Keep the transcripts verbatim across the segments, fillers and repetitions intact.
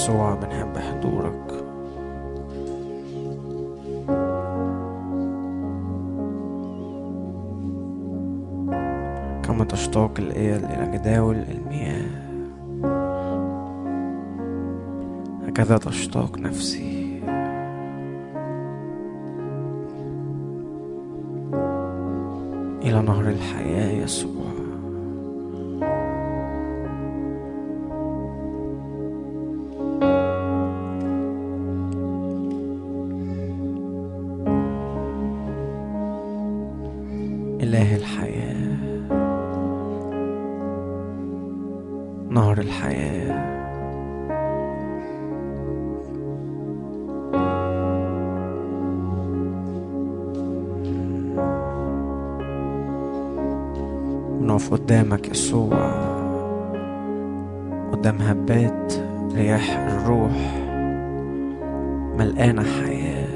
يسوع بنحب حضورك. كما تشتاق الإيل إلى جداول المياه هكذا تشتاق نفسي إلى نهر الحياة يسوع. إله الحياة، نهر الحياة، بنقف قدامك يسوع قدام هبات رياح الروح ملقانة حياة.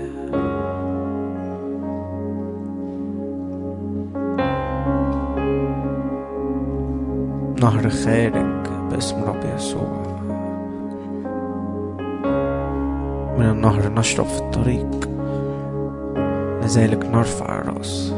نهر خارج باسم رب يسوع. من النهر نشرب في الطريق، لذلك نرفع الرأس.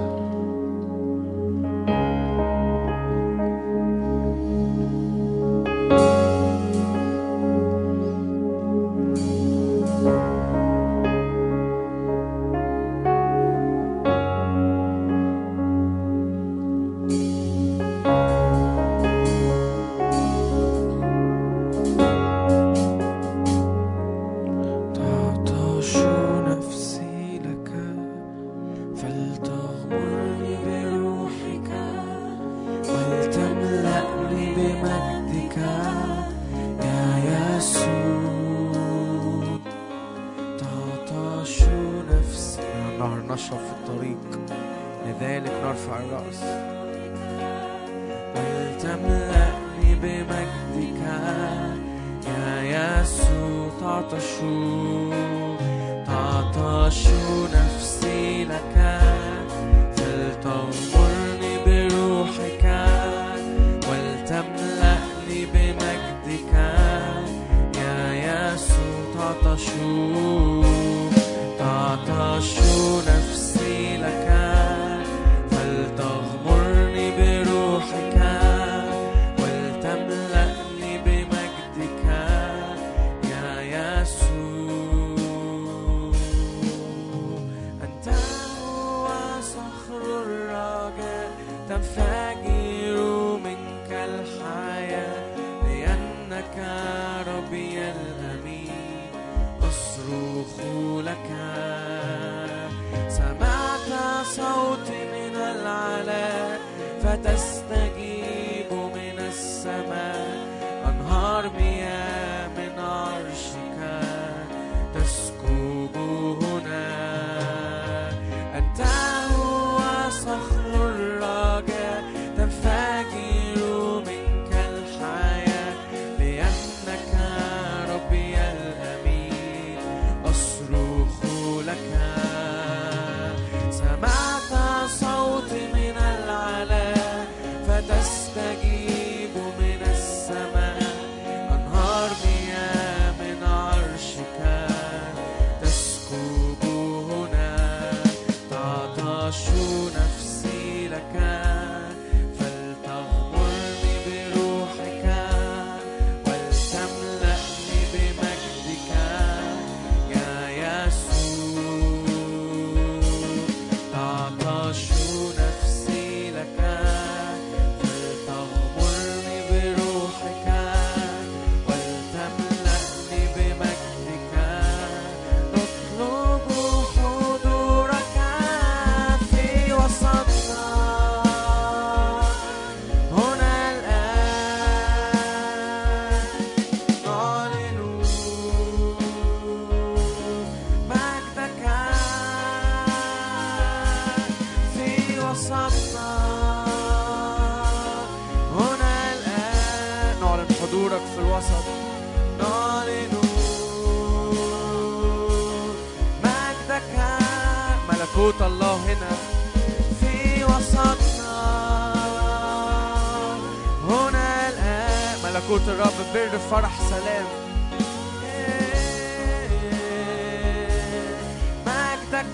فرح سلام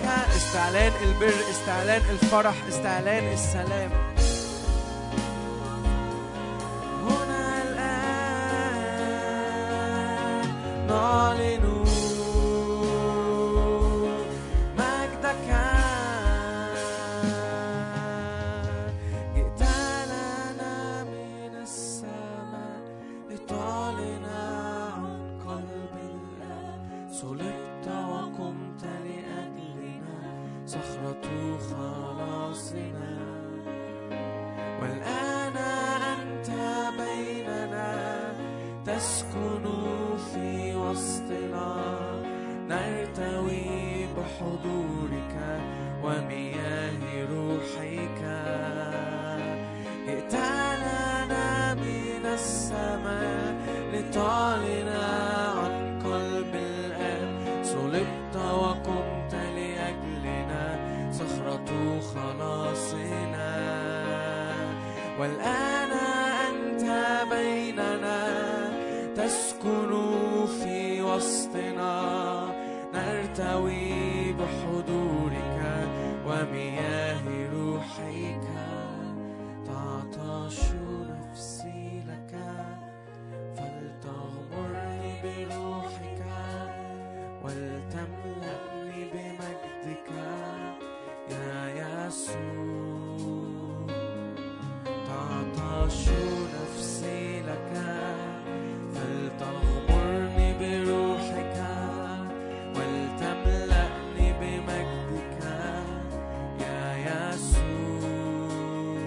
مجدك، استعلان البر، استعلان الفرح، استعلان السلام. هنا الآن نعلن مجدك، جئت لنا من السماء لتعلن عن قلب الآب، صلبت وقمت لأجلنا، صخرة خلاصنا، والآن أنت بيننا تسكن في وسطنا، نرتوي بحضورك ومياه روحك. جئت لنا من السماء لتعلن عن قلب الآب، صلبت وقمت لأجلنا، صخرة خلاصنا، والآن أنت بيننا تسكن في وسطنا، نرتوي بحضورك ومياه روحك. تعطش نفسي لك فلتغمرني بروحك، ولتملأني بمجدك يا يسوع. تعطش نفسي لك فلتغمرني بروحك، ولتملأني بمجدك يا يسوع.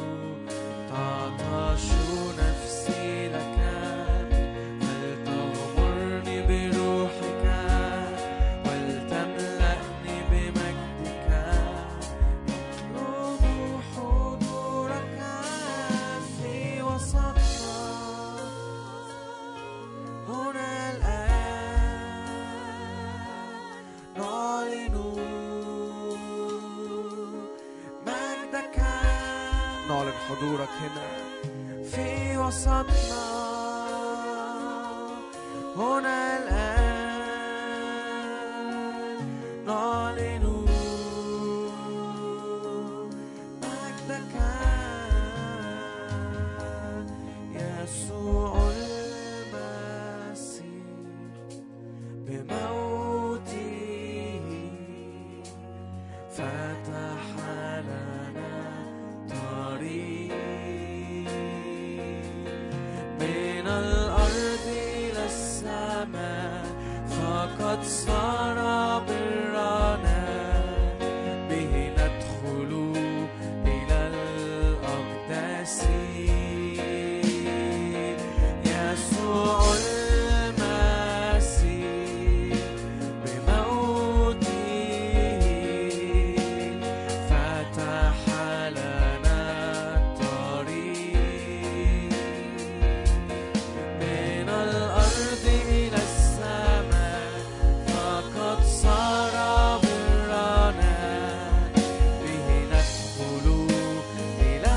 تعطش نفسي لك فلتغمرني بروحك، ولتملأني بمجدك. اطلب حضورك في وسطنا، هنا الآن نعلن مجدك، نعلن حضورك هنا في وسطنا، هنا الآن نعلن مجدك. يسوع المسيح بموته فتح لنا طريق من الأرض إلى السماء، فقد صار برنا، به ندخل إلى الأقداس. يسوع المسيح بموته فتح لنا طريق من الأرض إلى السماء، فقد صار برنا، به ندخل إلى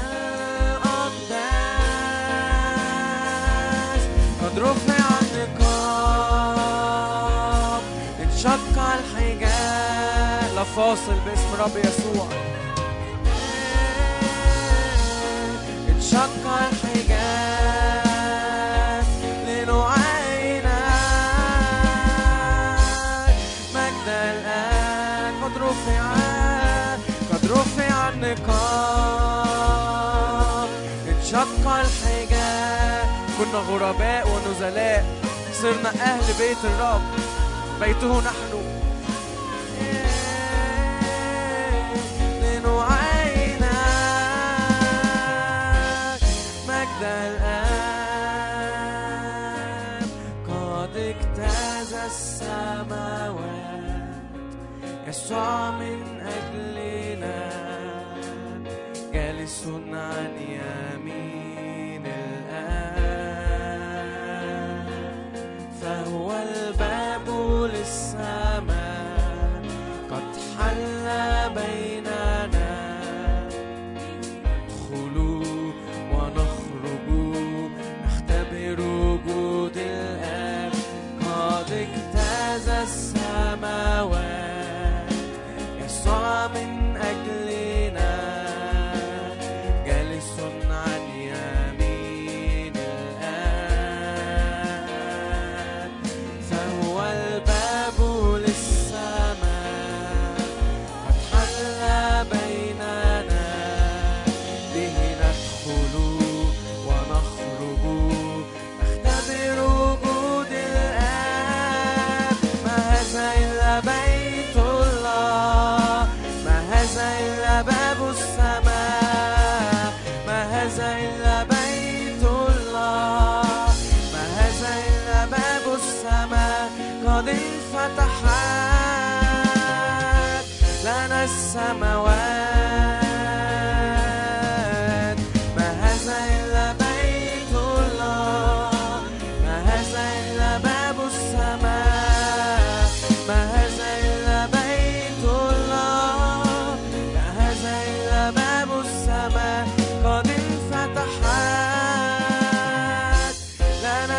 الأقداس. قد رفع النقاب، انشق الحجاب، لا فاصل باسم رب يسوع. انشق الحجاب لنعاين مجد الآن. قد رفع قد رفع النقاب، انشق الحجاب. كنا غرباء ونزلاء، صرنا أهل بيت الرب، بيته نحن. لنعاين مجد الآن، قد اجتاز السماوات، يسوع من أجلنا، جالس عن يمين الآب، فهو الباب للسماء، قد حل بيننا، ندخل ونخرج، نختبر وجود الآب. قد اجتاز السماوات، السماوات. ما هذا إلا بيت الله، ما هذا إلا باب السماء، ما هذا إلا بيت الله، ما هذا إلا باب السماء. قد انفتحت لنا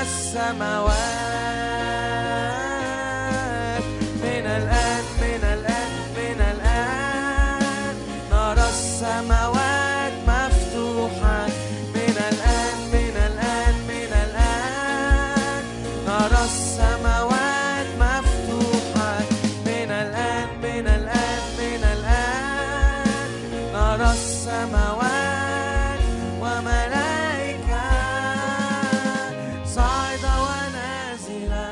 السماوات. من الآن من الآن من الآن نرى السماوات مفتوحة. من الآن من الآن من الآن نرى السماوات مفتوحة. من الآن من الآن من الآن نرى السماوات وملائكة صاعدة ونازلة.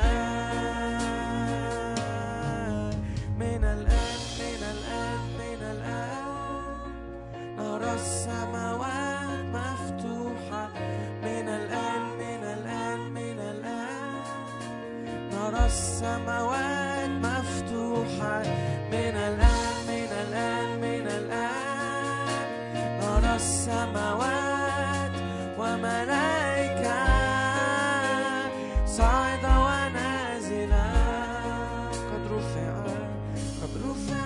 من الآن من الآن من الآن نرى السماوات مفتوحة. من الآن من الآن من الآن نرى السماوات مفتوحة. من الآن من الآن من الآن نرى السماوات وملائكة صاعدة ونازلة. قد رفع قد رفع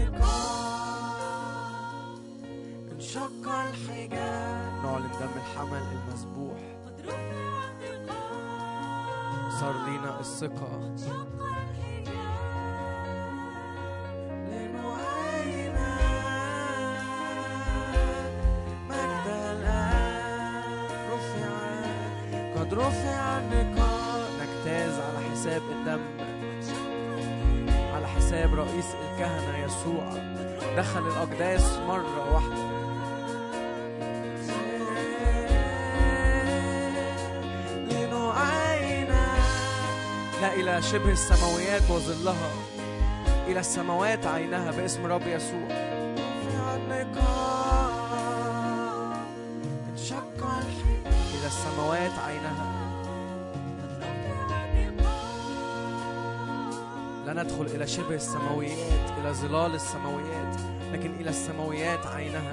النقاب، انشق الحجاب. نعلن دم الحمل المذبوح، صار لينا الثقة. لنعاين مجد الآن. رفع قد رفع النقاب. نجتاز على حساب الدم، على حساب رئيس الكهنة يسوع. دخل الأقداس مرة واحدة. لنعاين لا إلى شبه السماويات وظلها، إلى السماوات عينها باسم رب يسوع. رفع النقاب، انشق الحجاب، إلى السماوات عينها. لا ندخل إلى شبه السماويات، إلى ظلال السماويات، لكن إلى السماويات عينها.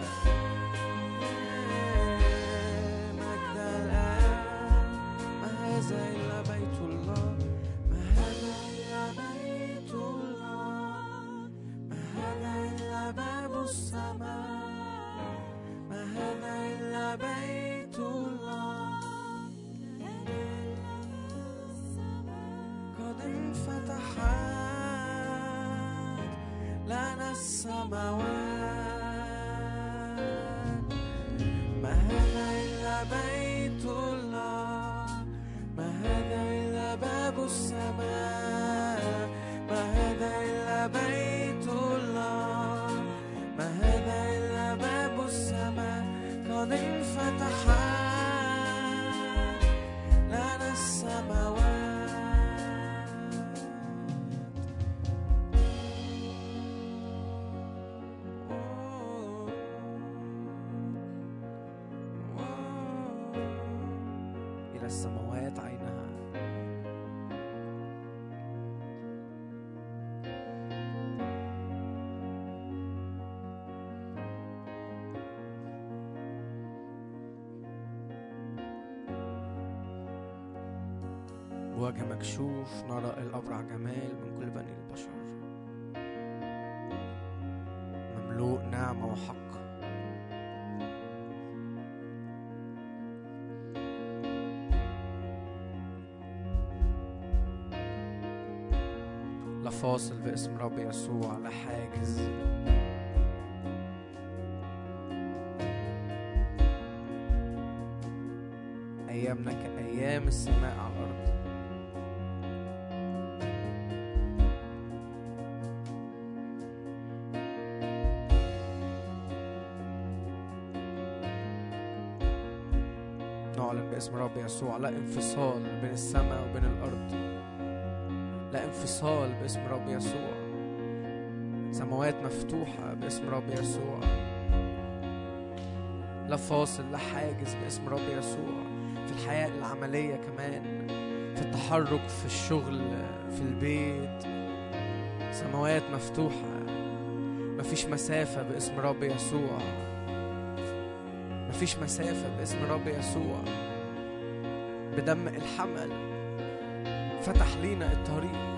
مجد الآن. ما هذا إلا بيت الله، ما هذا إلا بيت الله، ما هذا إلا باب السماء، ما هذا إلا بيت الله. قد انفتحت لنا السماوات. ما هذا إلا بيت الله، ما هذا إلا باب السماء، ما هذا إلا بيت الله، ما هذا إلا باب السماء. قد انفتحت لنا السماوات. السماوات عينها. بوجه مكشوف نرى الأبرع جمال من كل بني البشر، مملوء نعمة وحق. لا فاصل باسم رب يسوع، لا حاجز. أيامنا كأيام السماء على الأرض. نعلن باسم رب يسوع لا انفصال بين السماء وبين الأرض، لا انفصال باسم رب يسوع. سماوات مفتوحة باسم رب يسوع، لا فاصل لا حاجز باسم رب يسوع. في الحياة العملية كمان، في التحرك، في الشغل، في البيت، سماوات مفتوحة. مفيش مسافة باسم رب يسوع. مفيش مسافة باسم رب يسوع. بدم الحمل فتح لينا الطريق.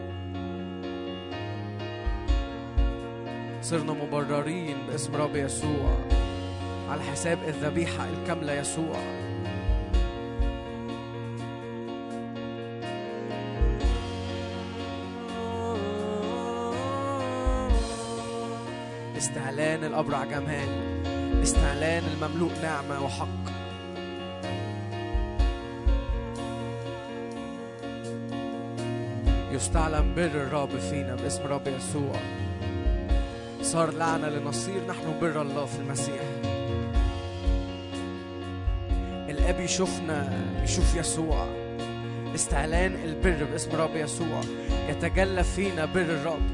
صرنا مبررين باسم رب يسوع على حساب الذبيحة الكاملة يسوع. استعلان الأبرع جمال، استعلان المملوء نعمة وحق. يستعلن بر الرب فينا باسم رب يسوع. صار لعنة لنصير نحن بر الله في المسيح. الأب يشوفنا، يشوف يسوع. استعلان البر باسم رب يسوع. يتجلى فينا بر الرب.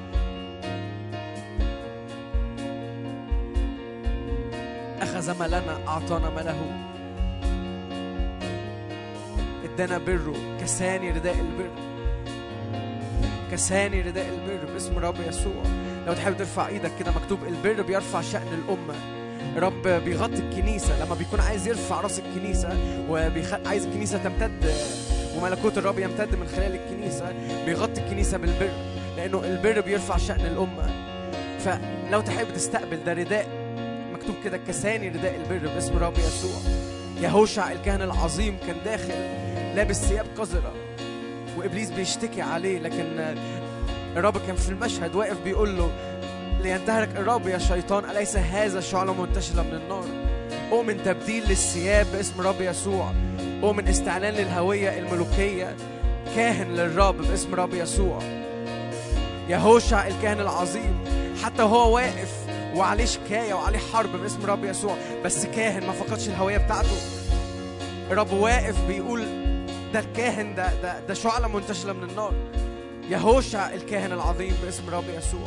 أخذ ما لنا أعطانا ما له. ادانا بره. كساني رداء البر، كساني رداء البر باسم رب يسوع. لو تحب ترفع ايدك كده، مكتوب البر بيرفع شأن الأمة. رب بيغطي الكنيسة لما بيكون عايز يرفع راس الكنيسة وعايز الكنيسة تمتد وملكوت الرب يمتد من خلال الكنيسة. بيغطي الكنيسة بالبر لأنه البر بيرفع شأن الأمة. فلو تحب تستقبل ده رداء، مكتوب كده كساني رداء البر باسم رب يسوع. يهوشع الكاهن العظيم كان داخل لابس ثياب قذرة وإبليس بيشتكي عليه، لكن الرب كان في المشهد واقف بيقول له لينتهرك الرب يا شيطان، أليس هذا شعلة منتشلة من النار؟ أؤمن تبديل للثياب باسم رب يسوع. أؤمن استعلان للهوية الملوكية. كاهن للرب باسم رب يسوع. يهوشع الكاهن العظيم حتى هو واقف وعليه شكاية وعليه حرب باسم رب يسوع، بس كاهن ما فقدش الهوية بتاعته. الرب واقف بيقول ده الكاهن ده ده ده شعلة منتشلة من النار. يهوشع الكاهن العظيم باسم رب يسوع.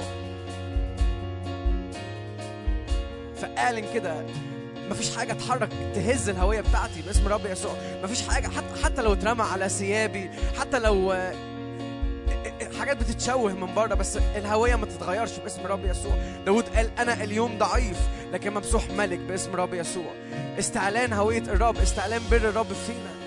فقال كده مفيش حاجة تحرك تهز الهوية بتاعتي باسم رب يسوع. مفيش حاجة حتى حتى لو اترمى على ثيابي، حتى لو حاجات بتتشوه من بره، بس الهوية ما تتغيرش باسم رب يسوع. داود قال أنا اليوم ضعيف لكن ممسوح ملك باسم رب يسوع. استعلان هوية الرب، استعلان بر الرب فينا.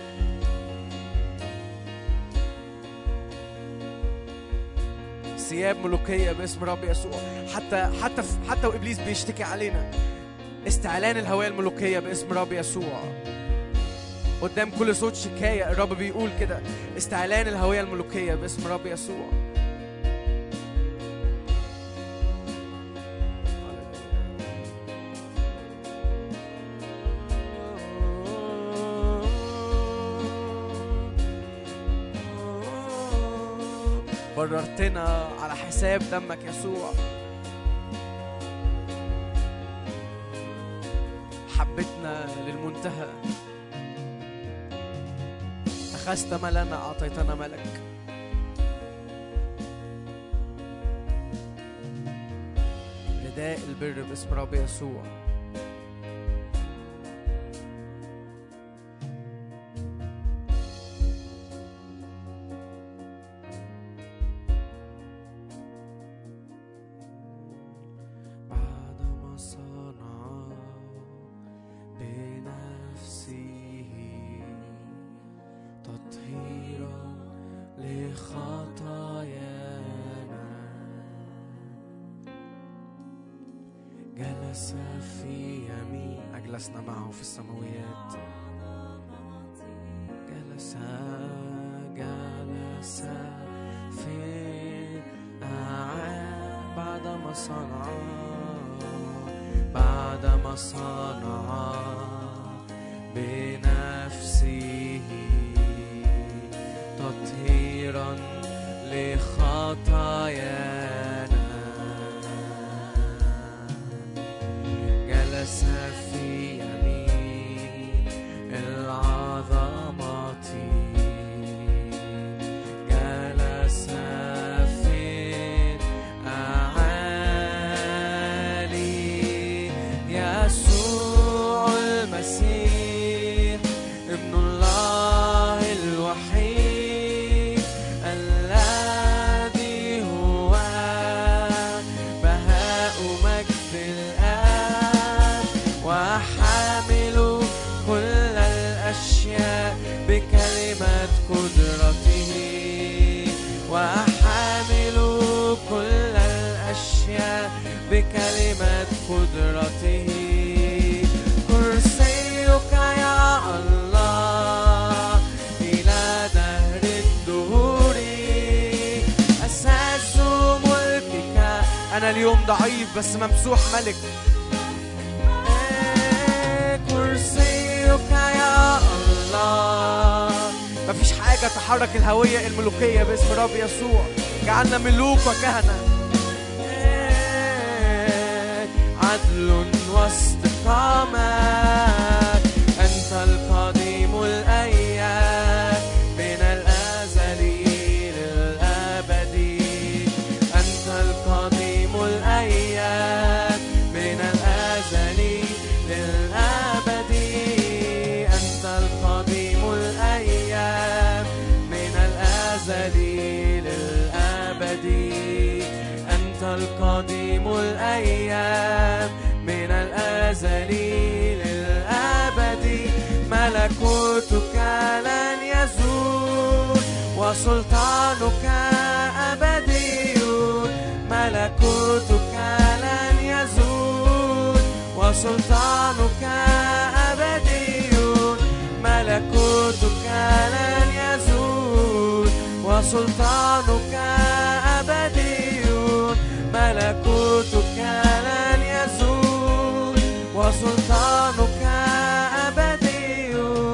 ثياب ملوكية باسم رب يسوع. حتى حتى حتى وإبليس بيشتكي علينا، استعلان الهوية الملوكية باسم رب يسوع. قدام كل صوت شكاية الرب بيقول كده استعلان الهوية الملوكية باسم رب يسوع. بررتنا على حساب دمك يسوع. حبتنا للمنتهى. أخذت ما لنا أعطيتنا ملك. رداء البر باسم رب يسوع. أجلسنا معه في السماويات. جلس جلس في أعالي بعدما صنع بعدما صنع بنفسه تطهيرا لخطايانا. جلس في يمين العظمة. جلس في الأعالي. يسوع المسيح ابن الله الوحيد الذي هو بهاء أنا اليوم ضعيف بس ممسوح ملك. كرسيك يا الله. مفيش حاجة تحرك الهوية الملوكية باسم رب يسوع. جعلنا ملوك وكهنة. عدل واستقامة. أنت القديم الأيام من الأزل للأبد. أنت القديم الأيام من الأزل للأبد. أنت القديم الأيام من الأزل للأبد. أنت القديم الأيام من الأزل للأبد. ملكوتك لن يزول وسلطانك أبدي. ملكوتك لن يزول وسلطانك أبدي. ملكوتك لن يزول وسلطانك أبدي. ملكوتك لن يزول وسلطانك أبدي.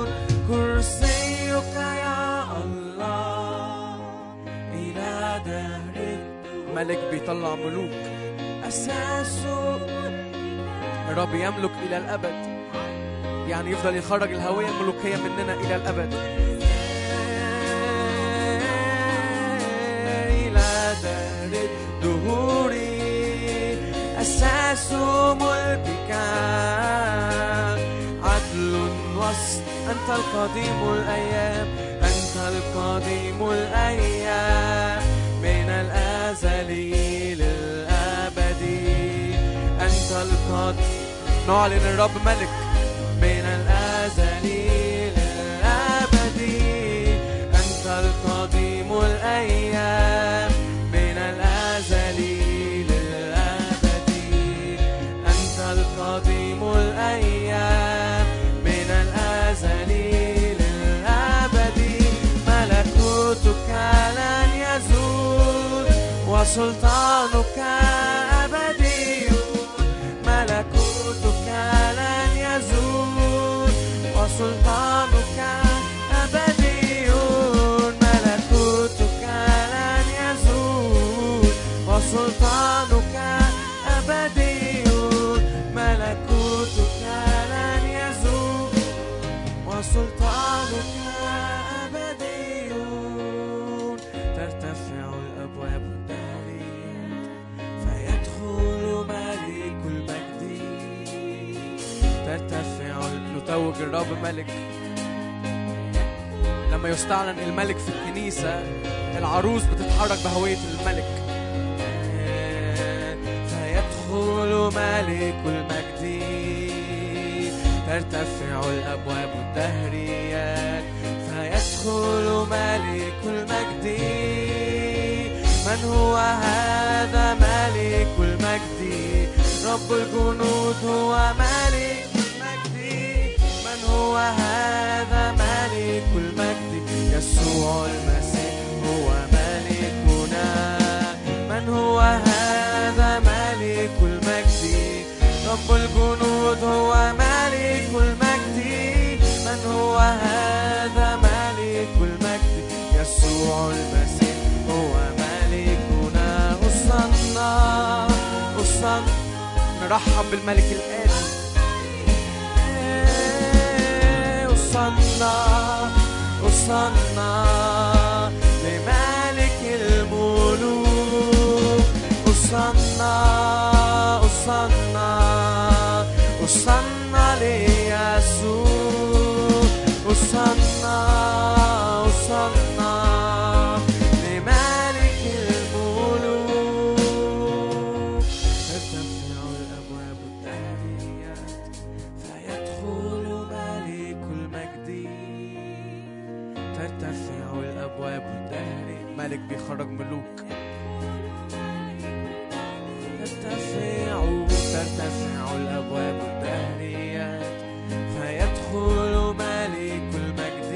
كرسيك يا الله إلى دهر. ملك بيطلع ملوك. أساسه الرب يملك إلى الأبد، يعني يفضل يخرج الهوية الملوكية مننا إلى الأبد. إلى دهر الدهور أساس ملكك. عدل وسط. أنت القديم الأيام. أنت القديم الأيام من الأزل للأبد. أنت القديم. نعلن الرب ملك من الأزل للأبد. أنت القديم الأيام من الأزل للأبد. أنت القديم الأيام من الأزل للأبد. ملكوتك لن يزول وسلطانك أبدي. ملكوتك لن يزول وسلطانك أبدي. ملكوتك لن يزول وسلطانك أبدي. ملكوتك لن يزول وسلطانك أبدي. ترتفع الأبواب الدهرية فيدخل ملك المجد. ترتفع. نتوج الرب ملك. لما يستعلن الملك في الكنيسة العروس بتتحرك بهوية الملك. فيدخل ملك المجد. ترتفع الأبواب الدهريات فيدخل ملك المجد. من هو هذا ملك المجد؟ رب الجنود هو ملك المجد. من هو هذا ملك المجد؟ يسوع المسيح هو ملكنا. من هو هذا ملك المجد؟ رب الجنود هو ملك المجد. من هو هذا ملك المجد؟ يسوع المسيح هو ملكنا. أصلنا أصلنا. نرحب بالملك الآتي. أصلنا أصلنا لملك الملوك. أصلنا أصلنا أصلنا ليسوع. أصلنا أصلنا لملك الملوك. ترتفع الأبواب الدهريات فيدخل ملك المجد. ترتفع الأبواب الدهرية. ملك بيخرج ملوك. ترتفع ترتفع الأبواب الدهريات فيدخل ملك المجد.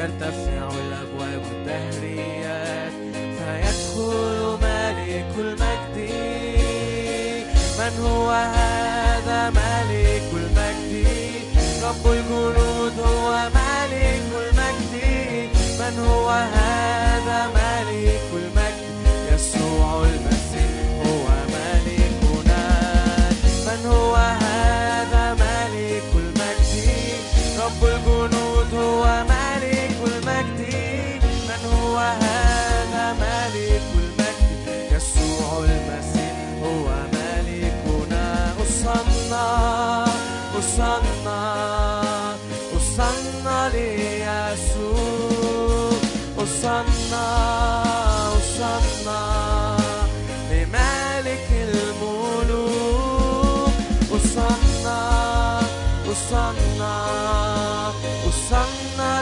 ترتفع الأبواب الدهريات فيدخل ملك المجد. رب الجنود هو ملك المجد. من هو هذا ملك المجد؟ يسوع المسيح هو ملكنا. من هو هذا ملك المجد؟ رب الجنود هو ملك المجد. من هو هذا ملك المجد؟ يسوع المسيح هو ملكنا. أصلنا أصلنا أصلنا ليسوع. أصلنا أصلنا لملك الملوك. أصلنا أصلنا أصلنا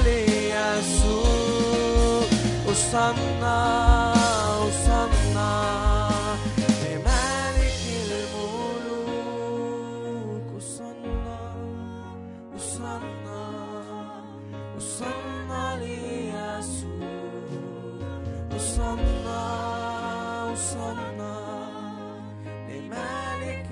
ليسوع. أصلنا أصلنا لملك الملوك. أصلنا أصلنا أصلنا ليسوع. أصلنا أصلنا لملك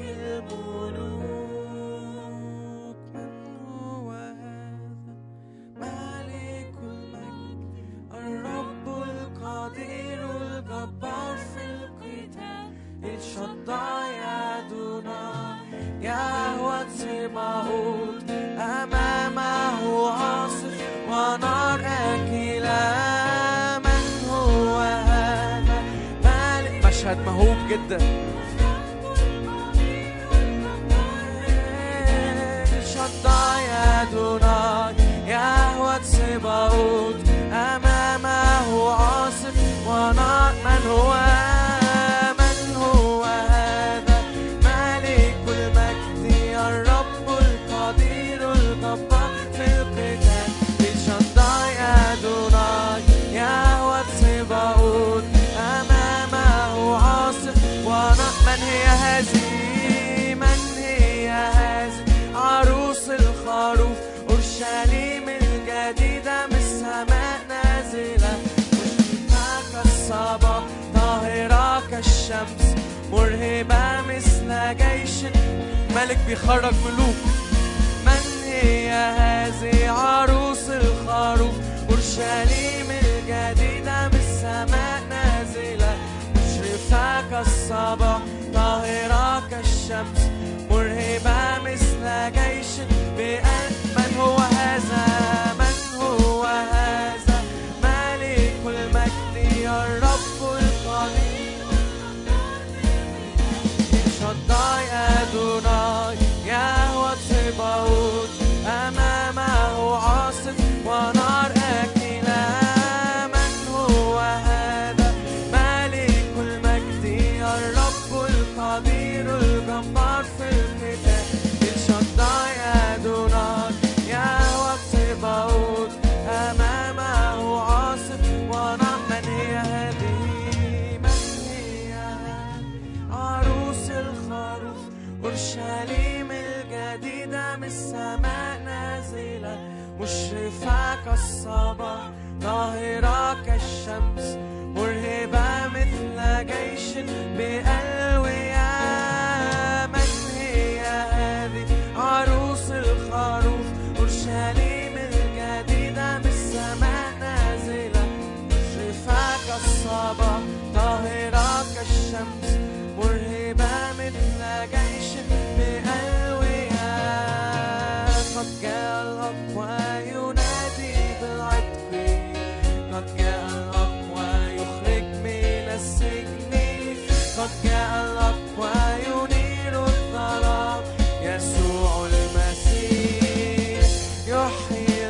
الملوك. من هو هذا ملك المجد؟ الرب القدير الجبار في القتال. الشداي أدوناي يهوى تسبعوت. أمامه عاصف ونار أكلة. من هو هذا ملك؟ مشهد مهوب جدا. الشداي أدوناي يهوى تسبعوت. أمامه عاصف ونار. من هو من هو هذا ملك المجد؟ الرب القدير الجبار في القتال. الشداي أدوناي يهوى تسبعوت. أمامه عاصف ونار. من هي هذه؟ من هي هذه؟ عروس الخروف أورشليم الجديدة من السماء نازلة. مشرقة كالصباح طاهرة كالشمس مرهبة مثل جيش. ملك بيخرج ملوك. من هي هذه؟ عروس الخروف أورشليم الجديدة من السماء نازلة. مشرقة كالصباح طاهرة كالشمس مرهبة مثل جيش بقلب. من هو هذا؟ من هو هذا ملك المجد؟ الرب القدير الشداي أدوناي يهوى تسبعوت. أمامه عاصف ونار أكلة. من هو هذا ملك المجد؟ الرب القدير الجبار في القتال. الشداي أدوناي يهوى تسبعوت. أمامه عاصف ونار. من هي هذه؟ من هي عروس الخروف أورشليم الجديدة من السماء نازلة. مشرفة كالصباح طاهرة كالشمس مرهبة مثل جيش بألوية. من هي هذه؟ عروس الخروف أورشليم الجديدة من السماء نازلة. مشرفة كالصباح طاهرة كالشمس مرهبة مثل جيش بألوية. قد جاء الأقوى ينادي بالعتق. قد جاء الأقوى يخرج من السجن. قد جاء الأقوى ينير الظلام. يسوع المسيح يحيي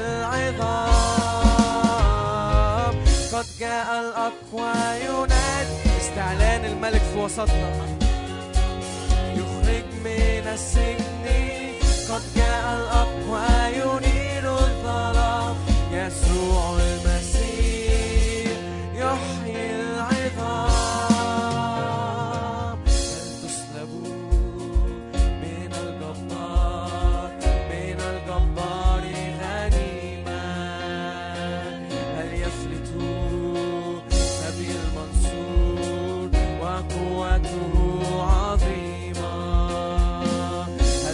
العظام. قد جاء الأقوى ينادي. استعلان الملك في وسطنا. يخرج من السجن. قد جاء الأقوى ينير الظلام. يسوع المسيح يحيي العظام. هل تسلبوا من الجبار من الجبار غنيمة؟ هل يفلتوا سبي المنصور وقوته عظيمة؟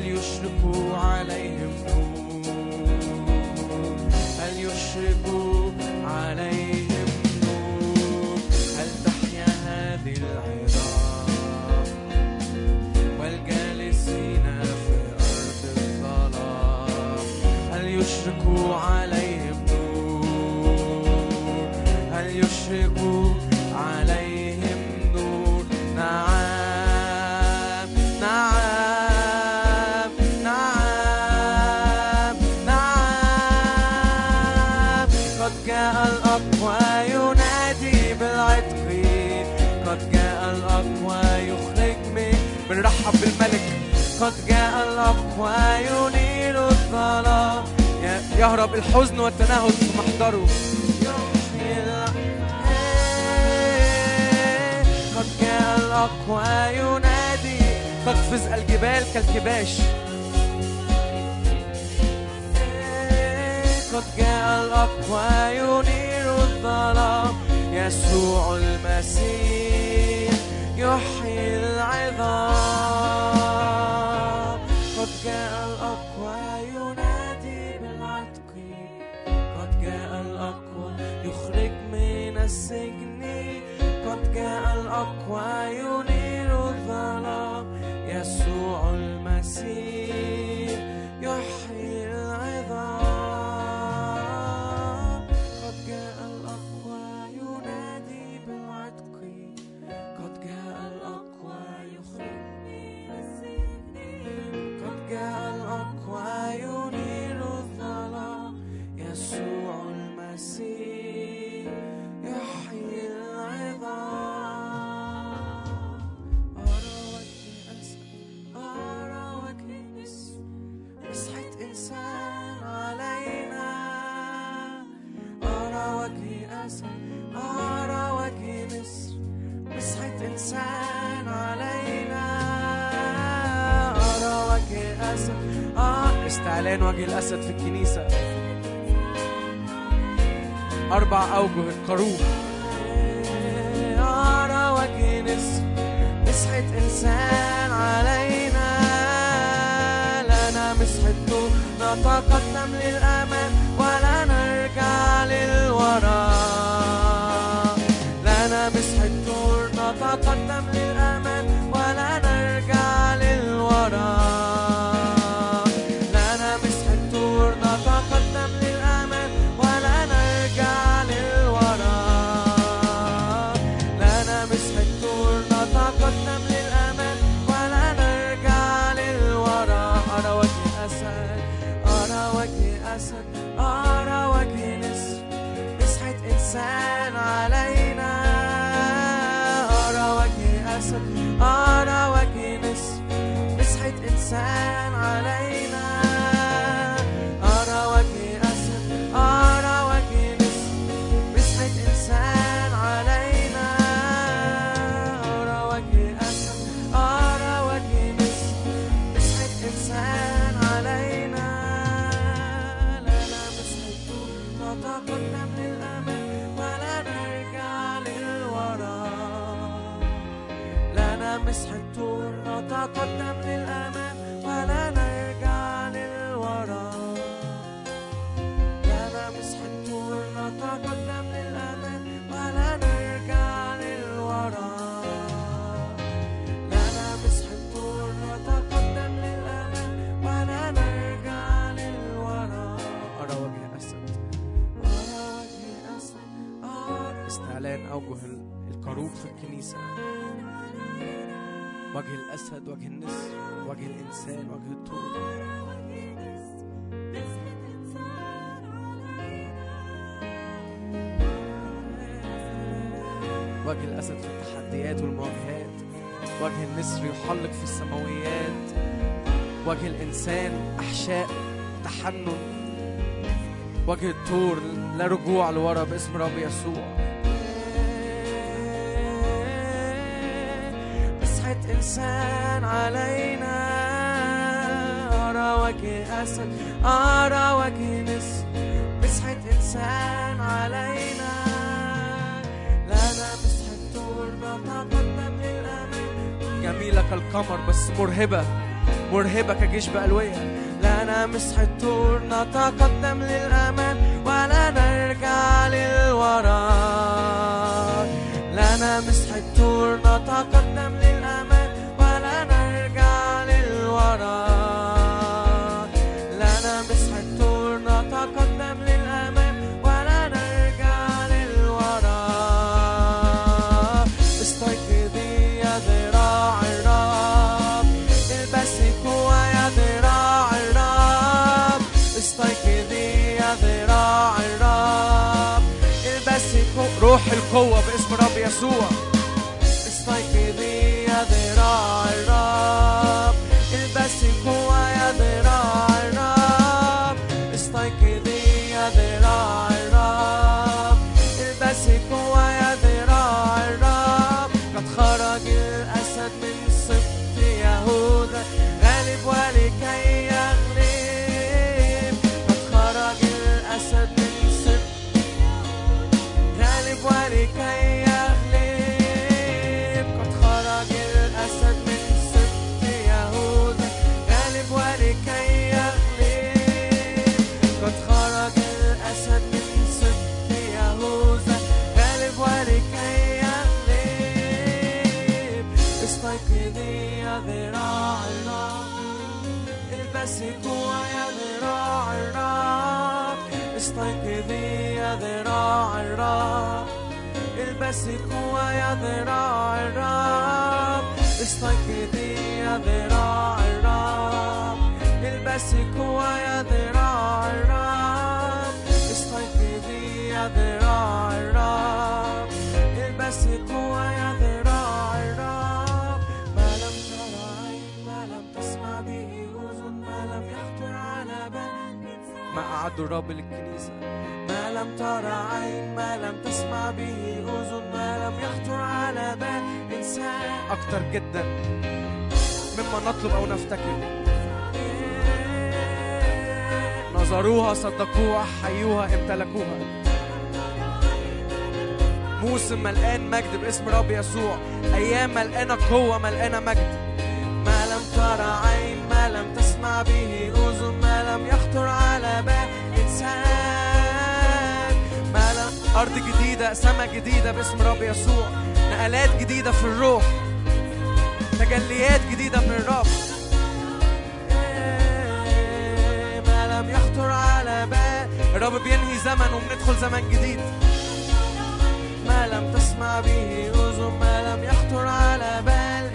يشرق عليهم نور، هل يشرق عليهم نور، هل تحيا هذه العظام والجالسين في أرض الظلام، هل يشرق عليهم نور، هل يشرق عليهم نور. نعم نعم نعم نعم، قد جاء الأقوى ينادي بالعتق، قد جاء الأقوى يخرج من بنرحب بالملك، قد جاء الأقوى ينير الظلام، يهرب الحزن والتنهد في محضره. قد جاء الأقوى ينادي، تقفز الجبال كالكباش، قد جاء الأقوى ينير الظلام، يسوع المسيح يحيي العظام، قد جاء الأقوى ينادي بالعتق، قد جاء الأقوى يخرج من السجن، قد جاء الأقوى ينير الظلام، يسوع المسيح يحيي العظام، قد جاء الأقوى ينادي بالعتق، قد جاء الأقوى يخرج من السجن، قد جاء الأقوى ينير الظلام، يسوع المسيح يحيي العظام. أرى وجه أسد، أرى وجه نسر، مسحة إنسان علينا، أرى وجه أسد، أرى وجه نسر، مسحة إنسان علينا، أرى وجه أسد. آه استعلان وجه الأسد في الكنيسة، أربع أوجه القروب. أرى وجه نسر، مسحة إنسان علينا، لنا مسحة نتقدم للأمام ولا نرجع للوراء، لنا مسحة نتقدم للأمام ولا نرجع للوراء، لنا مسحة نتقدم للأمام ولا نرجع للوراء، لنا مسحة نتقدم للأمام ولا نرجع للوراء. أرى وجه أسد، أرى وجه أسد، أرى وجه نسر، مسحة إنسان علينا، أرى وجه أسد، أرى وجه نسر، مسحة إنسان علينا، أرى وجه أسد، أرى وجه نسر، مسحة إنسان علينا، أرى وجه أسد، أرى وجه نسر، مسحة إنسان علينا، لنا مسحة نتقدم للأمام ولا نرجع للوراء، لنا مسحة نتقدم للأمام ولا نرجع للوراء، لنا مسحة نتقدم للأمام ولا نرجع للوراء، لنا مسحة نتقدم للأمام ولا نرجع للوراء. أرى وجه أسد، أرى وجه أسد، أرى. استعلان أوجه القروب في الكنيسة، وجه الأسد، وجه النسر، وجه الإنسان، وجه الطور. وجه الأسد في التحديات والمواجهات، وجه النسر يحلق في السماويات، وجه الإنسان أحشاء تحنن، وجه الطور لا رجوع لورا باسم رب يسوع. مسحة إنسان علينا، أرى وجه أسد، أرى وجه نسر، مسحة إنسان علينا، لنا مسحة طور نتقدم للأمام. جميلة كالقمر بس مرهبة، مرهبة كجيش بألوية. لنا مسح الطور نتقدم للأمام ولا نرجع للوراء. لنا مسح الطور نتقدم للأمام ولا نرجع للوراء. لنا مسح الطور نتقدم للأمام ولا نرجع للوراء. استيقظي يا ذراع الرب، البسي قوة يا ذراع الرب. استيقظي يا ذراع الرب، البسي روح القوة باسم رب يسوع. استيقظي يا ذراع الرب، البسي قوة يا ذراع الرب. استيقظي يا ذراع الرب، البسي قوة يا ذراع الرب. قد خرج الأسد من سبط يهوذا غالب ولكي يغلب. قد خرج الأسد من سبط غالب ولكي يغلب. قد خرج الأسد من سبط يهوذا غالب ولكي يغلب. قد خرج الأسد من سبط يهوذا غالب ولكي يغلب. استيقظي يا ذراع الرب، البسي قوة يا ذراع الرب. استيقظي يا ذراع الرب، البسي قوة يا ذراع الرب. استيقظي يا ذراع الرب، البسي قوة يا ذراع الرب. استيقظي يا ذراع الرب، البسي قوة يا ذراع الرب. ما لم ترى عين، ما لم تسمع به أذن، ما لم يخطر على بال ما أعد الرب للكنيسة. ما لم ترى عين، ما لم تسمع به أذن، ما لم يخطر على بال إنسان. أكتر جدا مما نطلب أو نفتكر. نظروها، صدقوها، حيوها، امتلكوها. موسم ملقان مجد باسم رب يسوع، أيام ملقانة قوة، ملقانة مجد. ما لم ترى عين، ما لم تسمع به أذن، ما لم يخطر على بال إنسان. ما لم أرض جديدة، سماء جديدة باسم رب يسوع، نقلات جديدة في الروح، تجليات جديدة من الرب. ما لم يخطر على بال. الرب بينهي زمن وبندخل زمن جديد. ما لم تسمع به أذن، ما لم يخطر على بال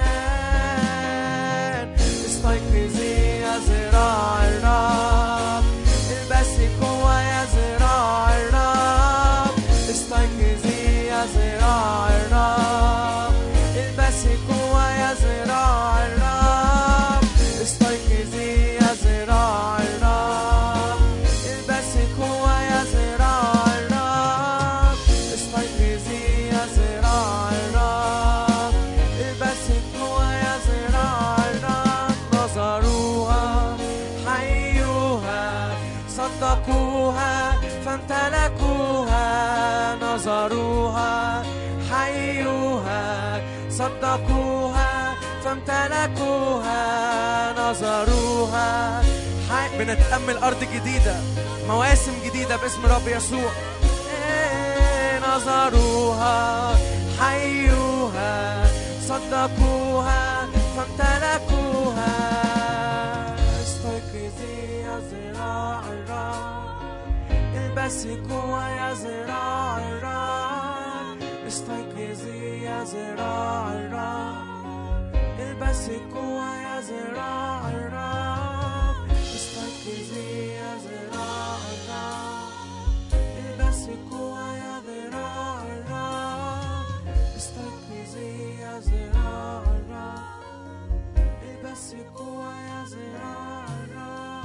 إنسان. استيقظي يا ذراع الرب، البسي قوة يا ذراع الرب. استيقظي يا ذراع الرب، البسي قوة يا ذراع الرب. استيقظي يا ذراع الرب، البسي قوة يا ذراع الرب. استيقظي يا ذراع الرب، البسي قوة يا ذراع الرب. نظروها، حيوها، صدقوها فامتلكوها. نظروها، حيوها، صدقوها فامتلكوها. نظروها، حي... بنتأمل أرض جديدة، مواسم جديدة باسم رب يسوع. إيه، نظروها، حيوها، صدقوها فامتلكوها. استيقظي يا ذراع الرب، البسي قوة يا ذراع الرب. استيقظي يا ذراع الرب، البسي قوة يا ذراع الرب. استيقظي يا ذراع الرب، البسي قوة يا ذراع الرب. استيقظي يا ذراع الرب، البسي قوة يا ذراع الرب.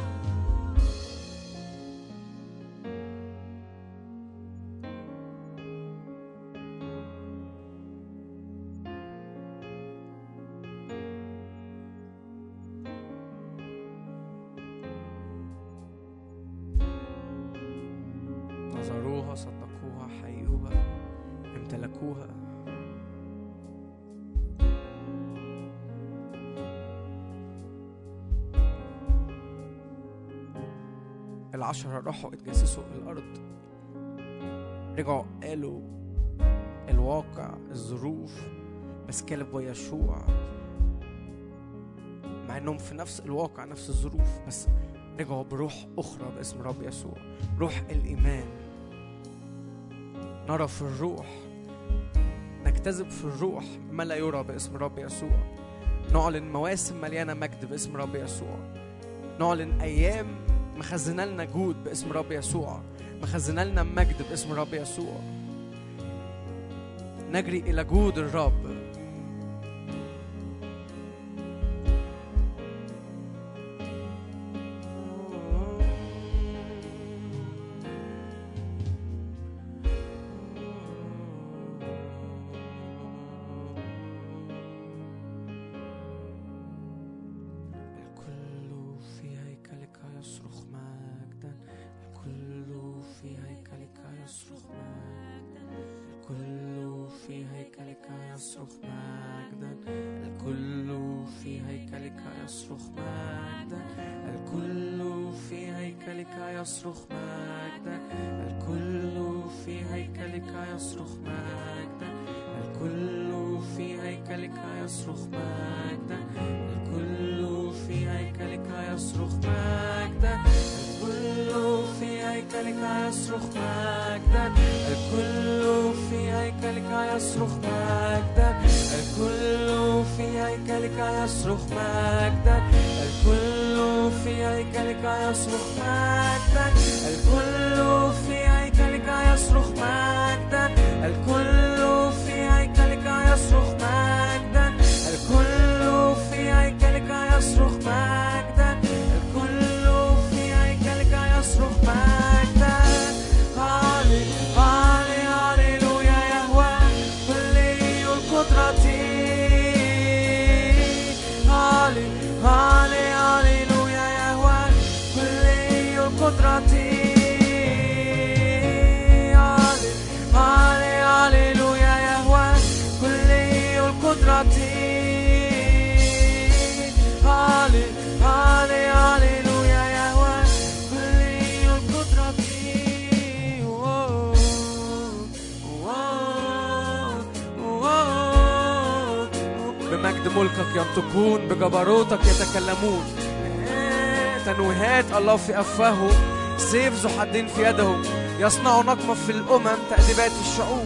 نظروها، صدقوها، حيوها، امتلكوها. العشرة راحوا اتجسسوا الأرض، رجعوا قالوا الواقع الظروف، بس كالب ويشوع مع انهم في نفس الواقع نفس الظروف، بس رجعوا بروح أخرى باسم رب يسوع، روح الإيمان. نرى في الروح، نجتذب في الروح ما لا يرى باسم رب يسوع. نعلن مواسم مليانة مجد باسم رب يسوع. نعلن أيام مخزنة لنا جود باسم رب يسوع، مخزنة لنا مجد باسم رب يسوع. نجري إلى جود الرب. يصرخ مجدا، الكل في هيكلك يصرخ مجدا، الكل في هيكلك يصرخ مجدا، الكل في هيكلك يصرخ مجدا، الكل في هيكلك يصرخ مجدا، الكل في هيكلك يصرخ مجدا، الكل في هيكلك يصرخ مجدا، الكل في هيكلك يصرخ مجدا، الكل في هيكلك يصرخ مجدا، الكل في هيكلك يصرخ مجدا، الكل في هيكلك يصرخ مجدا، الكل في هيكلك يصرخ مجدا. هالي هالي هاليلويا يهوه كلي القدرة. هالي هالي هاليلويا يهوه كلي القدرة. هالي هالي هاليلويا يهوه كلي القدرة. هالي هالي هاليلويا يهوه كلي القدرة. بمجد ملكك ينطقون، بجبروتك يتكلمون. تنويهات الله في أفواههم، سيف ذو حدين في يدهم. يصنعوا نقمة في الأمم، تأديبات في الشعوب.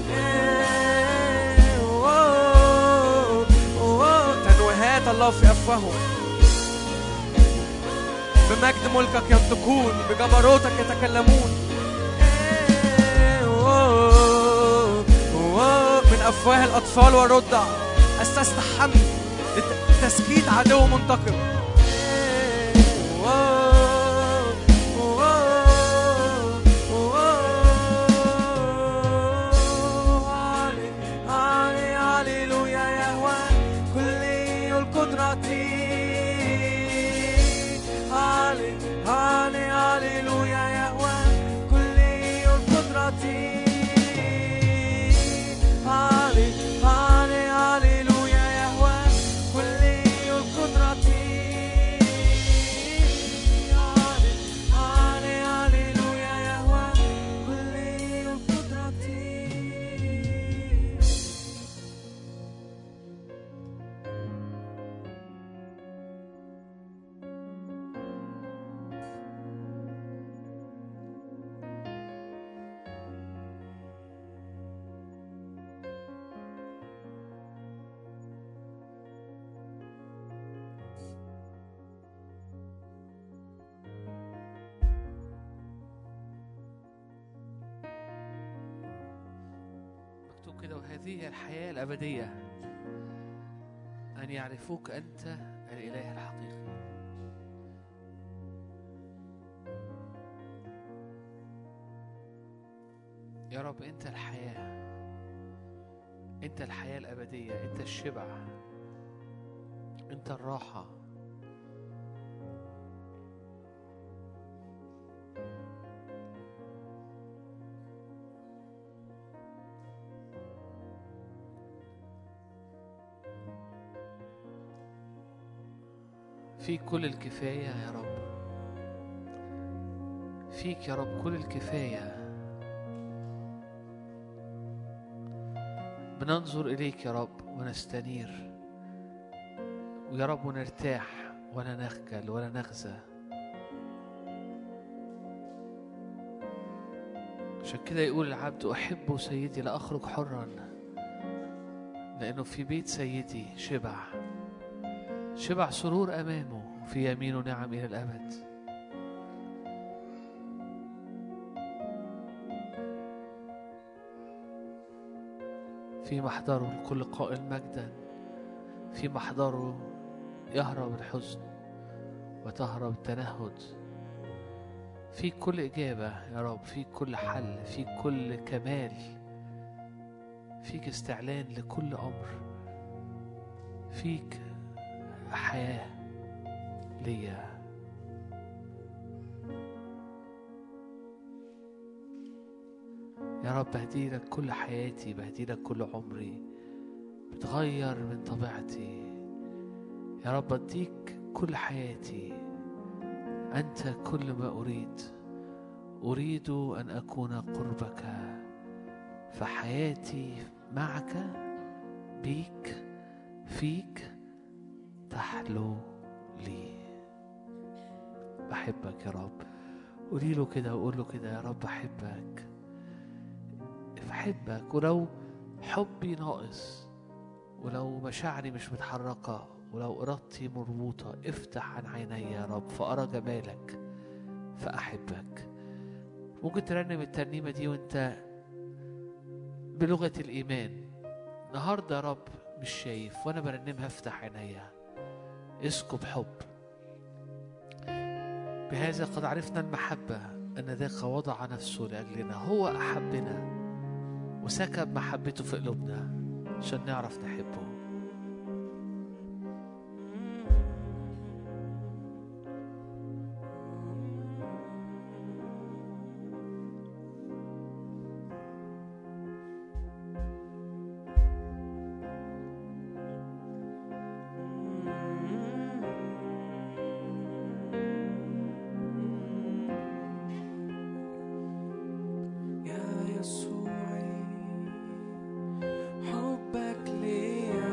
تنويهات الله في أفواههم، بمجد ملكك ينطقون، بجبروتك يتكلمون. من أفواه الأطفال والرضع أسست حمل لتسكيت عدو منتقم. كده، وهذه الحياة الأبدية أن يعرفوك أنت الإله الحقيقي. يا رب أنت الحياة، أنت الحياة الأبدية، أنت الشبع، أنت الراحة. في كل الكفاية يا رب، فيك يا رب كل الكفاية. بننظر إليك يا رب ونستنير، ويا رب ونرتاح ولا نخجل ولا نخزى. عشان كده يقول العبد أحب سيدي لا أخرج حرا، لأنه في بيت سيدي شبع شبع سرور أمامه، في يمينه نعم إلى الأبد. في محضره الكل قائل مجدا، في محضره يهرب الحزن وتهرب التنهد. في كل إجابة يا رب، في كل حل، في كل كمال، فيك استعلان لكل أمر، فيك حياة ليا. يا رب بهديلك كل حياتي، بهديلك كل عمري، بتغير من طبيعتي. يا رب أديك كل حياتي، أنت كل ما أريد. أريد أن أكون قربك، فحياتي معك بيك فيك تحلو لي. بحبك يا رب. قولي له كده وقول له كده، يا رب أحبك بحبك. ولو حبي ناقص، ولو مشاعري مش متحركة، ولو إرادتي مربوطة، افتح عن عيني يا رب فأرى جمالك فأحبك. ممكن ترنم الترنيمة دي وانت بلغة الإيمان. النهاردة يا رب مش شايف وأنا برنمها، افتح عيني، اسكب حب. بهذا قد عرفنا المحبة أن ذاك وضع نفسه لأجلنا. هو أحبنا وسكب محبته في قلوبنا عشان نعرف نحبه. حبك ليا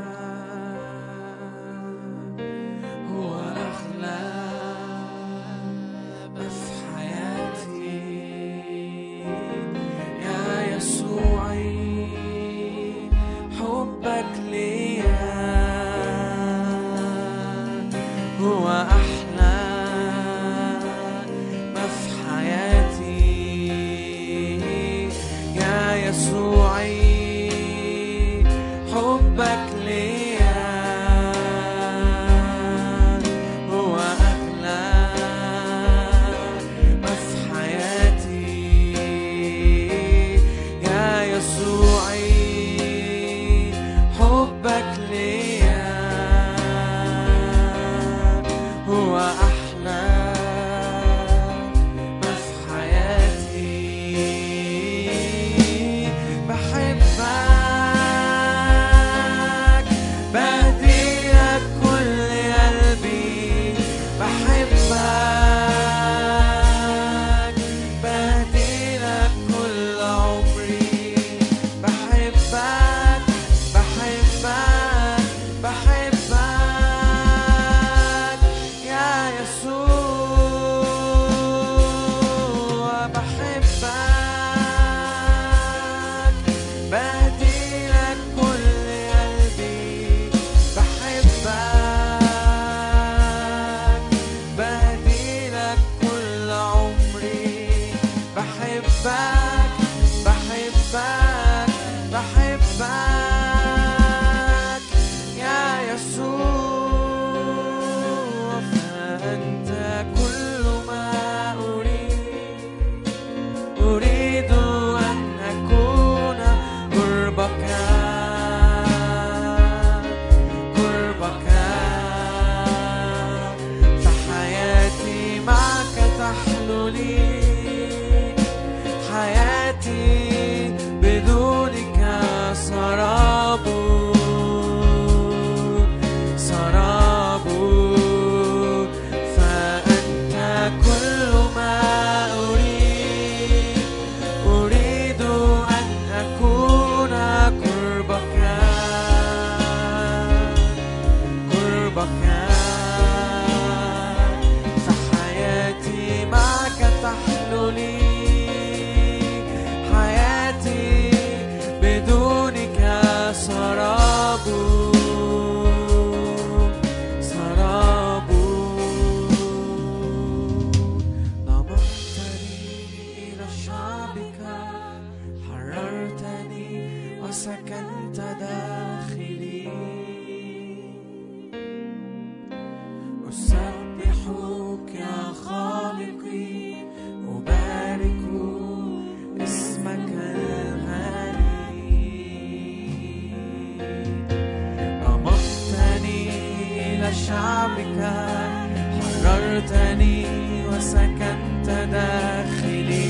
سكنتني وسكنت داخلي،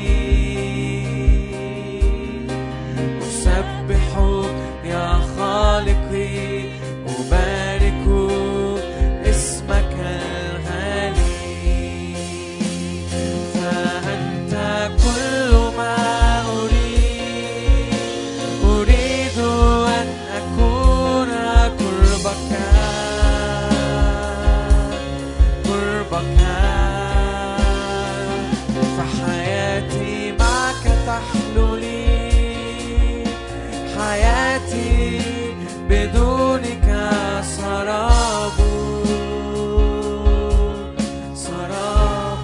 أسبحك يا خالقي، أبارك اسمك الغالي، فأنت كل ما أريد، أريد أن أكون قربك قربك، فحياتي معك تحلو لي، حياتي بدونك سراب سراب.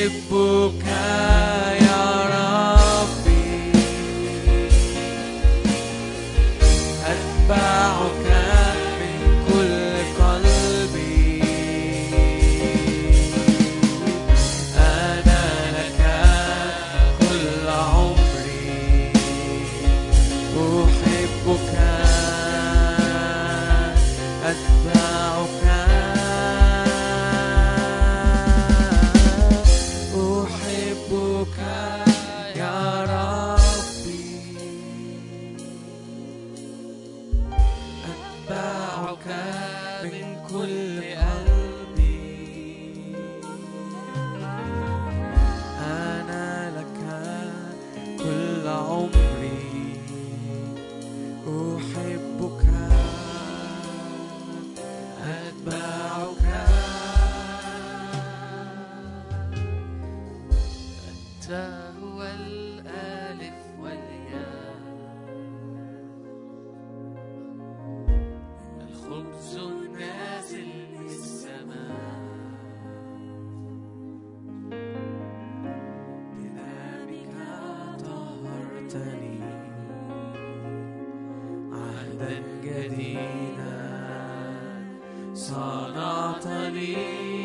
أحبك يا ربي أتبعك من كل قلبي أنا لك كل عمري أحبك أتبعك أحبك يا ربي أتبعك من كل قلبي أنا لك كل عمري أحبك أتبعك أنت هو الألف والياء الخبز النازل من السماء بدمك طهرتني عهدا جديدا صنعتني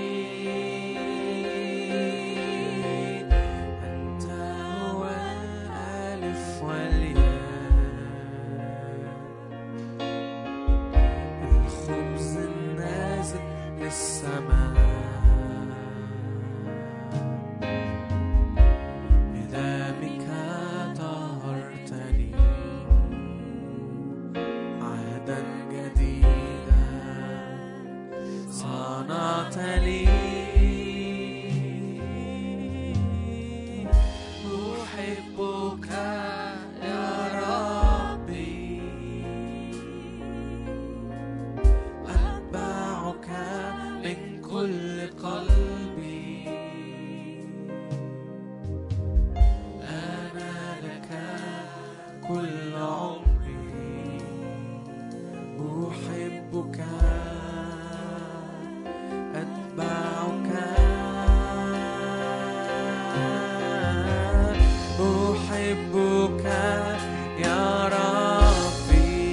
أنت هو الألف والياء الخبز النازل للسماء بدمك طهرتني عهدا جديدا صنعت لي أحبك يا ربي أتبعك من كل قلبي أنا لك كل عمري أحبك أتبعك أحبك يا ربي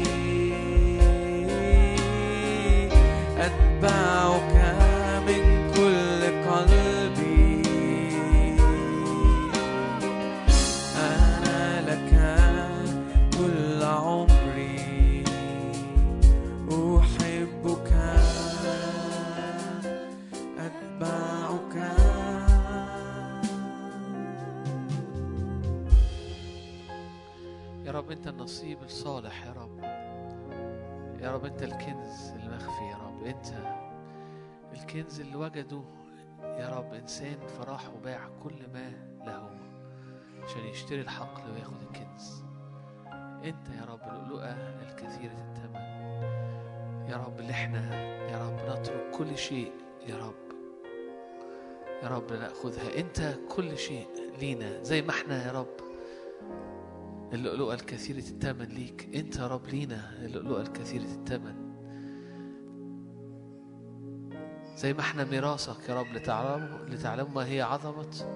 أتبعك من كل قلبي أنا لك كل عمري أحبك أتبعك يا رب أنت النصيب الصالح يا رب يا رب أنت الكنز المخفي يا رب أنت الكنز اللي وجده يا رب إنسان فراح وباع كل ما له عشان يشتري الحقل وياخد الكنز. أنت يا رب اللؤلؤة الكثيرة الثمن يا رب اللي احنا يا رب نترك كل شيء يا رب يا رب نأخذها. أنت كل شيء لينا زي ما احنا يا رب اللؤلؤة الكثيرة الثمن ليك. أنت يا رب لينا اللؤلؤة الكثيرة الثمن زي ما احنا ميراثك يا رب لتعلم لتعلم ما هي عظمة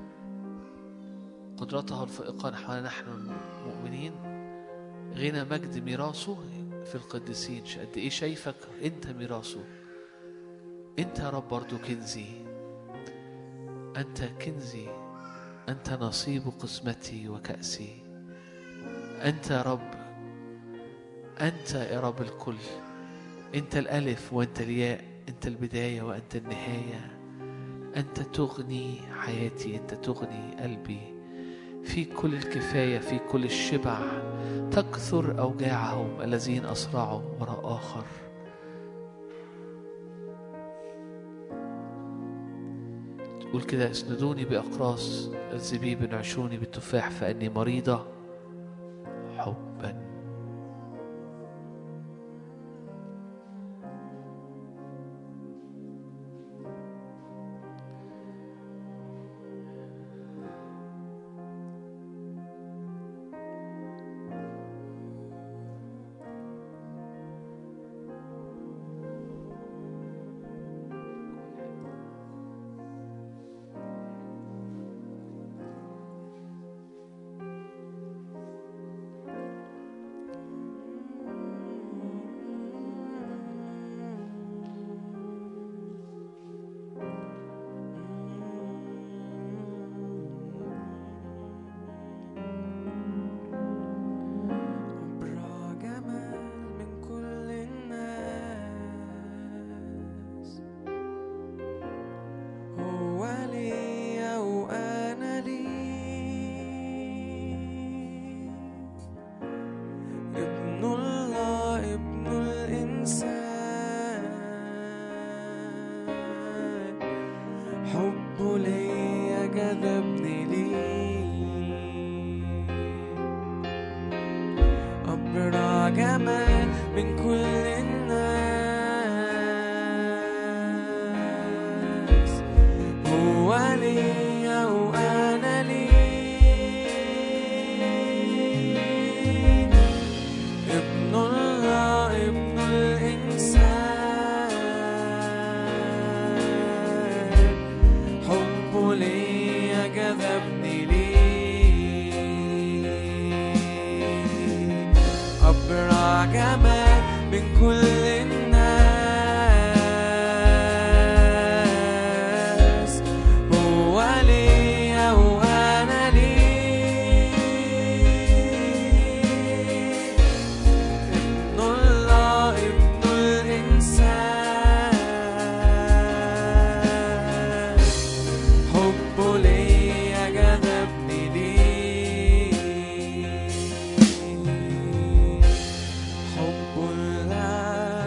قدرته الفائقة نحن نحن المؤمنين غنى مجد ميراثه في القديسين. قد ايه شايفك انت ميراثه. انت يا رب برضو كنزي انت كنزي انت نصيب قسمتي وكأسي. انت يا رب انت يا رب الكل. انت الالف وانت الياء انت البداية وانت النهاية. انت تغني حياتي انت تغني قلبي في كل الكفاية في كل الشبع. تكثر أوجاعهم الذين أسرعوا وراء آخر. تقول كده اسندوني بأقراص الزبيب انعشوني بالتفاح فإني مريضة حبا. ليا جذبني ليه، أبرع جمال من كل الناس، هو ليا وأنا ليه، ابن الله ابن الإنسان، حبه ليا جذبني ليه، أبرع جمال من كل الناس، هو ليا وأنا ليه، ابن الله ابن الإنسان، حبه ليا جذبني ليه، حب الله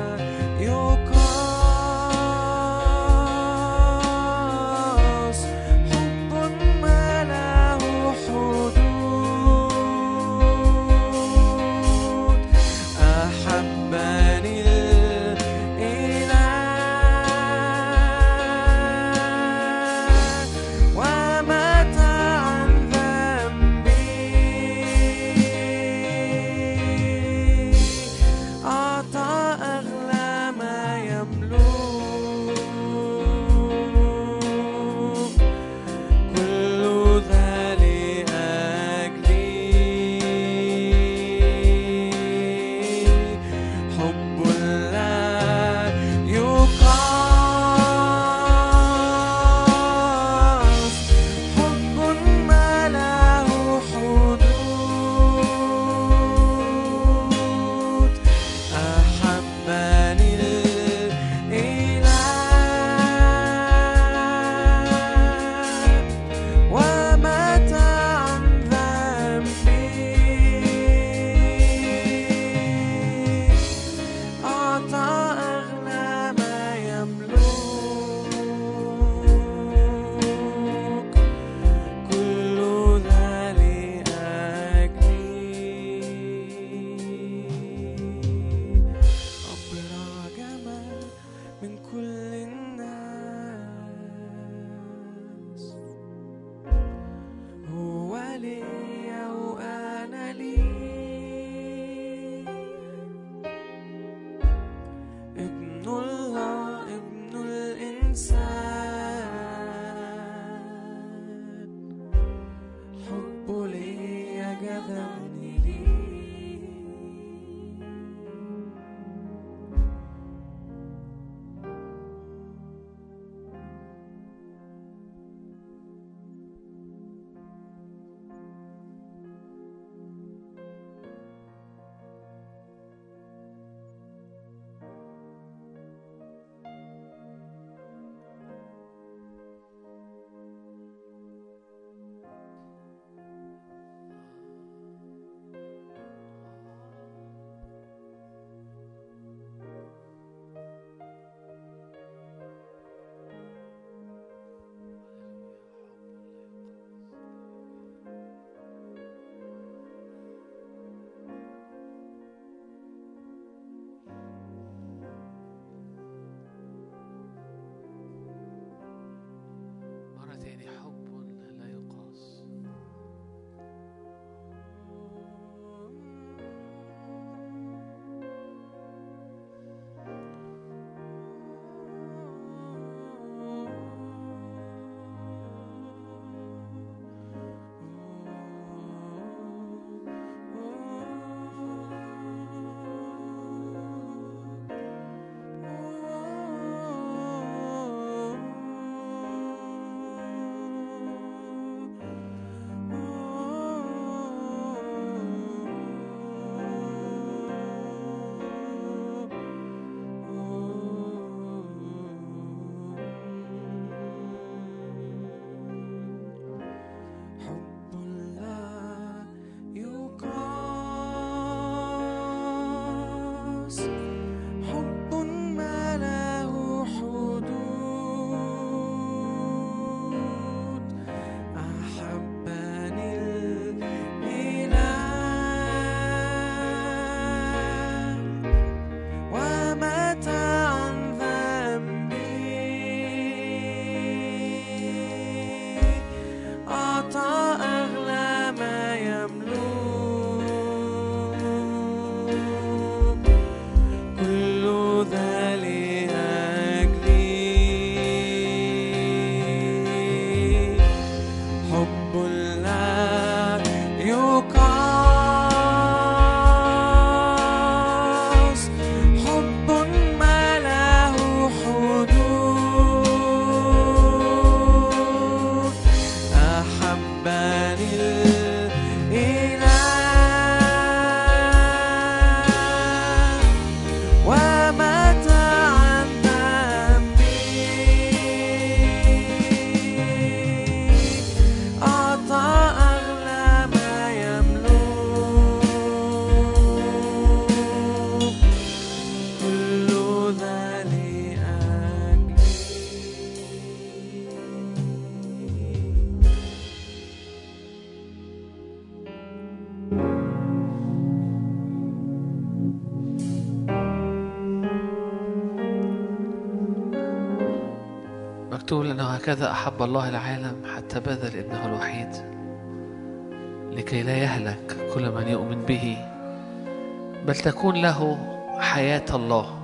مكتوب لأنه هكذا أحب الله العالم حتى بذل ابنه الوحيد لكي لا يهلك كل من يؤمن به بل تكون له حياة الله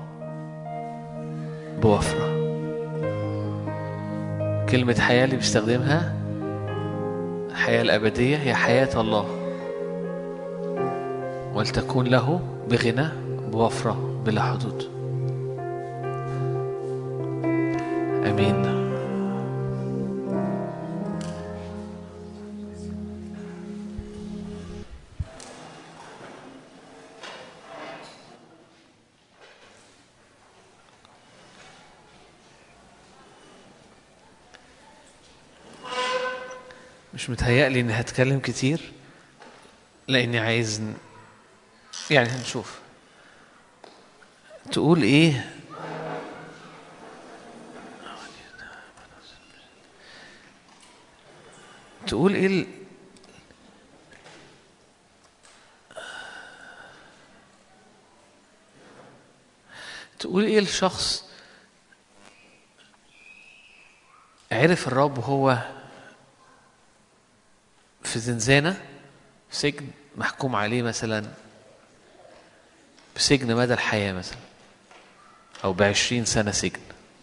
بوفرة. كلمة حياة اللي بيستخدمها الحياة الأبدية هي حياة الله، ولتكون له بغنى بوفرة بلا حدود. آمين. مش متهيألي إني هتكلم كتير لأني عايز ن... يعني هنشوف تقول إيه. تقول إيه ال... تقول إيه الشخص عرف الرب وهو في زنزانة في سجن محكوم عليه مثلا بسجن مدى الحياة مثلا أو بعشرين سنة سجن.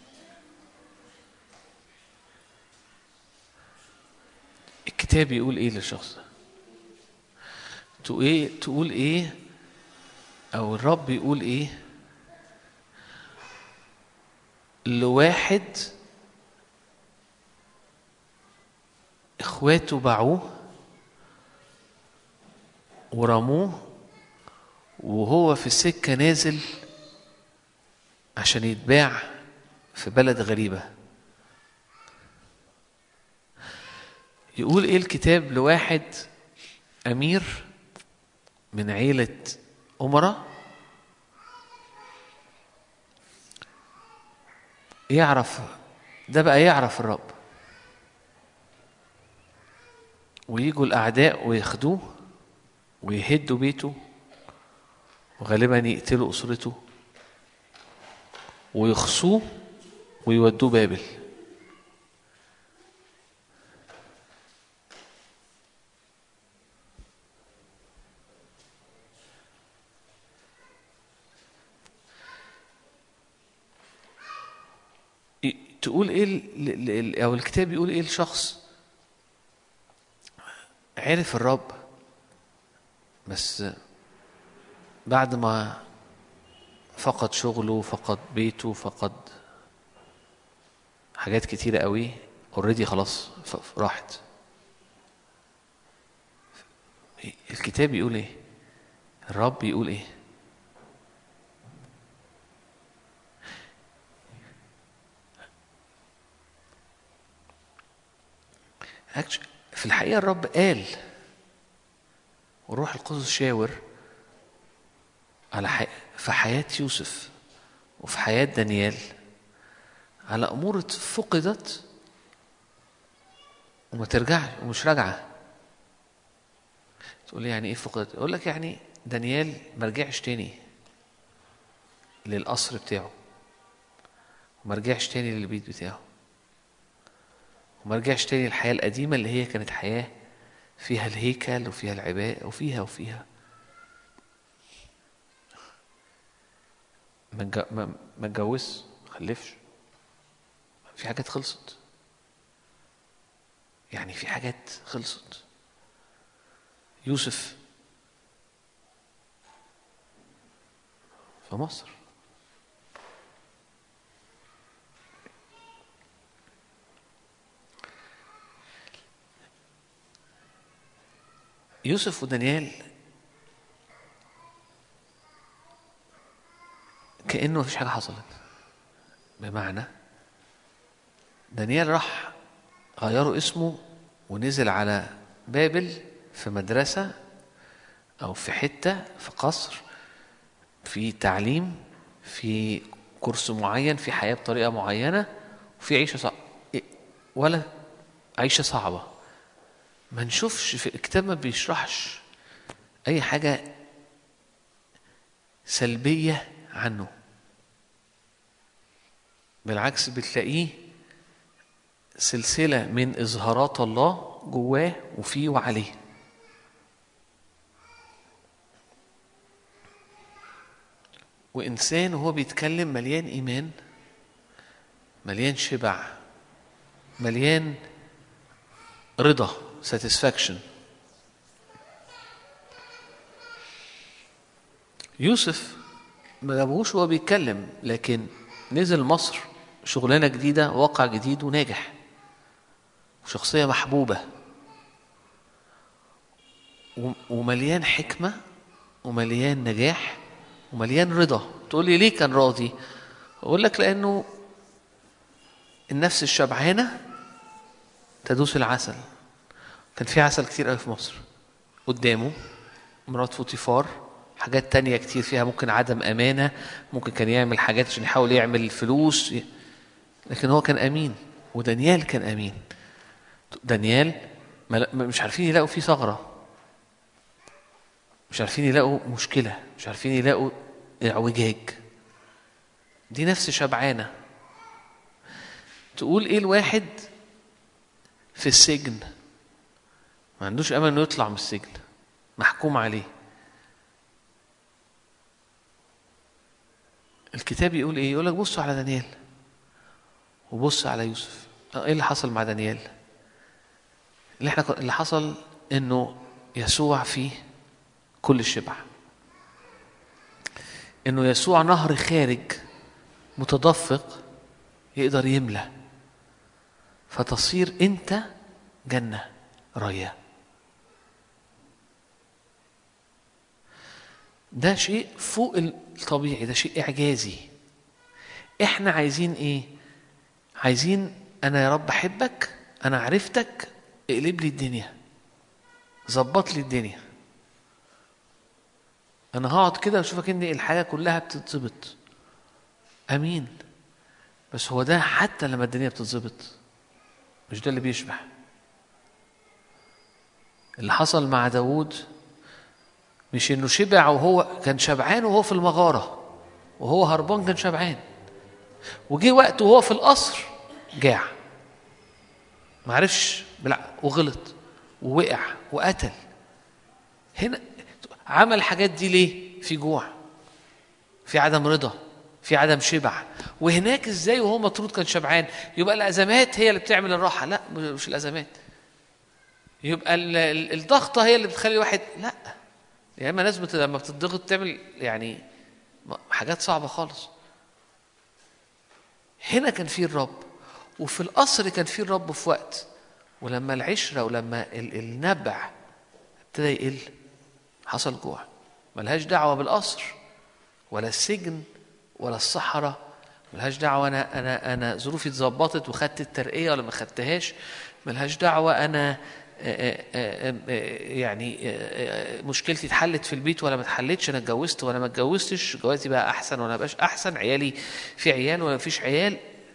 الكتاب يقول إيه للشخص ده؟ تقول إيه تقول إيه أو الرب يقول إيه لواحد إخواته باعوه ورموه وهو في السكة نازل عشان يتباع في بلد غريبة. يقول إيه الكتاب لواحد أمير من عيلة أمراء يعرف ده بقى يعرف الرب ويجوا الأعداء وياخدوه ويهدوا بيته وغالبا يقتلوا أسرته ويخصوه ويودوه بابل. تقول ايه او الكتاب يقول ايه الشخص عرف الرب بس بعد ما فقد شغله فقد بيته فقد حاجات كتيرة قوي اوريدي خلاص راحت. الكتاب يقول ايه؟ الرب يقول ايه؟ في الحقيقة الرب قال والروح القدس شاور على حي... في حياة يوسف وفي حياة دانيال على أمور فقدت وما ترجعش ومش راجعة. تقول لي يعني إيه فقدت؟ أقول لك يعني دانيال ما رجعش تاني للقصر بتاعه وما رجعش تاني للبيت بتاعه وما رجعش تاني الحياة القديمة اللي هي كانت حياة فيها الهيكل وفيها العباء وفيها وفيها ما اتجوزش ما خلفش. في حاجات خلصت يعني في حاجات خلصت. يوسف في مصر يوسف ودانيال كأنه مفيش حاجة حصلت. بمعنى دانيال راح غيروا اسمه ونزل على بابل في مدرسة أو في حتة في قصر في تعليم في كورس معين في حياة بطريقة معينة وفي عيشة صعبة ولا عيشة صعبة. ما نشوفش في الكتاب ما بيشرحش أي حاجة سلبية عنه. بالعكس بتلاقيه سلسلة من إظهارات الله جواه وفيه وعليه. وإنسان وهو بيتكلم مليان إيمان، مليان شبع، مليان رضا satisfaction. يوسف ما جابوش وهو بيتكلم، لكن نزل مصر شغلانة جديدة، واقع جديد، وناجح، وشخصية محبوبة، ومليان حكمة، ومليان نجاح، ومليان رضا. تقول لي ليه كان راضي؟ أقول لك لأنه النفس الشبعانة تدوس العسل. كان في عسل كتير قوي في مصر قدامه، مرات فوتيفار، حاجات تانية كتير فيها ممكن عدم أمانة، ممكن كان يعمل حاجات عشان يحاول يعمل فلوس، لكن هو كان أمين. ودانيال كان أمين. دانيال مش عارفين يلاقوا فيه ثغرة، مش عارفين يلاقوا مشكلة، مش عارفين يلاقوا اعوجاج. دي نفس شبعانة. تقول ايه الواحد في السجن ما عندوش امل انه يطلع من السجن، محكوم عليه. الكتاب يقول ايه؟ يقول لك بصوا على دانيال وبص على يوسف. ايه اللي حصل مع دانيال؟ اللي احنا اللي حصل انه يسوع فيه كل الشبع، انه يسوع نهر خارج متدفق يقدر يملى، فتصير انت جنة راية. ده شيء فوق الطبيعي، ده شيء إعجازي. احنا عايزين ايه؟ عايزين انا يا رب احبك، انا عرفتك، اقلب لي الدنيا، زبط لي الدنيا. انا هقعد كده واشوفك ان الحياة كلها بتتظبط. امين. بس هو ده حتى لما الدنيا بتتظبط مش ده اللي بيشبع. اللي حصل مع داود مش انه شبع وهو كان شبعان وهو في المغارة، وهو هربان كان شبعان، وجي وقت وهو في القصر جاع، معرفش بلع وغلط ووقع وقتل. هنا عمل الحاجات دي ليه؟ في جوع، في عدم رضا، في عدم شبع. وهناك ازاي وهو مطرود كان شبعان؟ يبقى الازمات هي اللي بتعمل الراحه؟ لا، مش الازمات. يبقى الضغطه هي اللي بتخلي الواحد؟ لا. يا اما ناس لما بتضغط تعمل يعني حاجات صعبه خالص. هنا كان فيه الرب، وفي القصر كان فيه الرب في وقت. ولما العشره ولما النبع ابتدى يقل حصل جوع. ملهاش دعوه بالقصر ولا السجن ولا الصحراء، ملهاش دعوه انا انا انا ظروفي اتظبطت وخدت الترقيه ولا ما خدتهاش، ملهاش دعوه انا يعني مشكلتي اتحلت في البيت ولا ما اتحلتش، انا اتجوزت ولا ما اتجوزتش، جوازي بقى احسن ولا بقاش احسن، عيالي في عيال ولا مفيش عيال.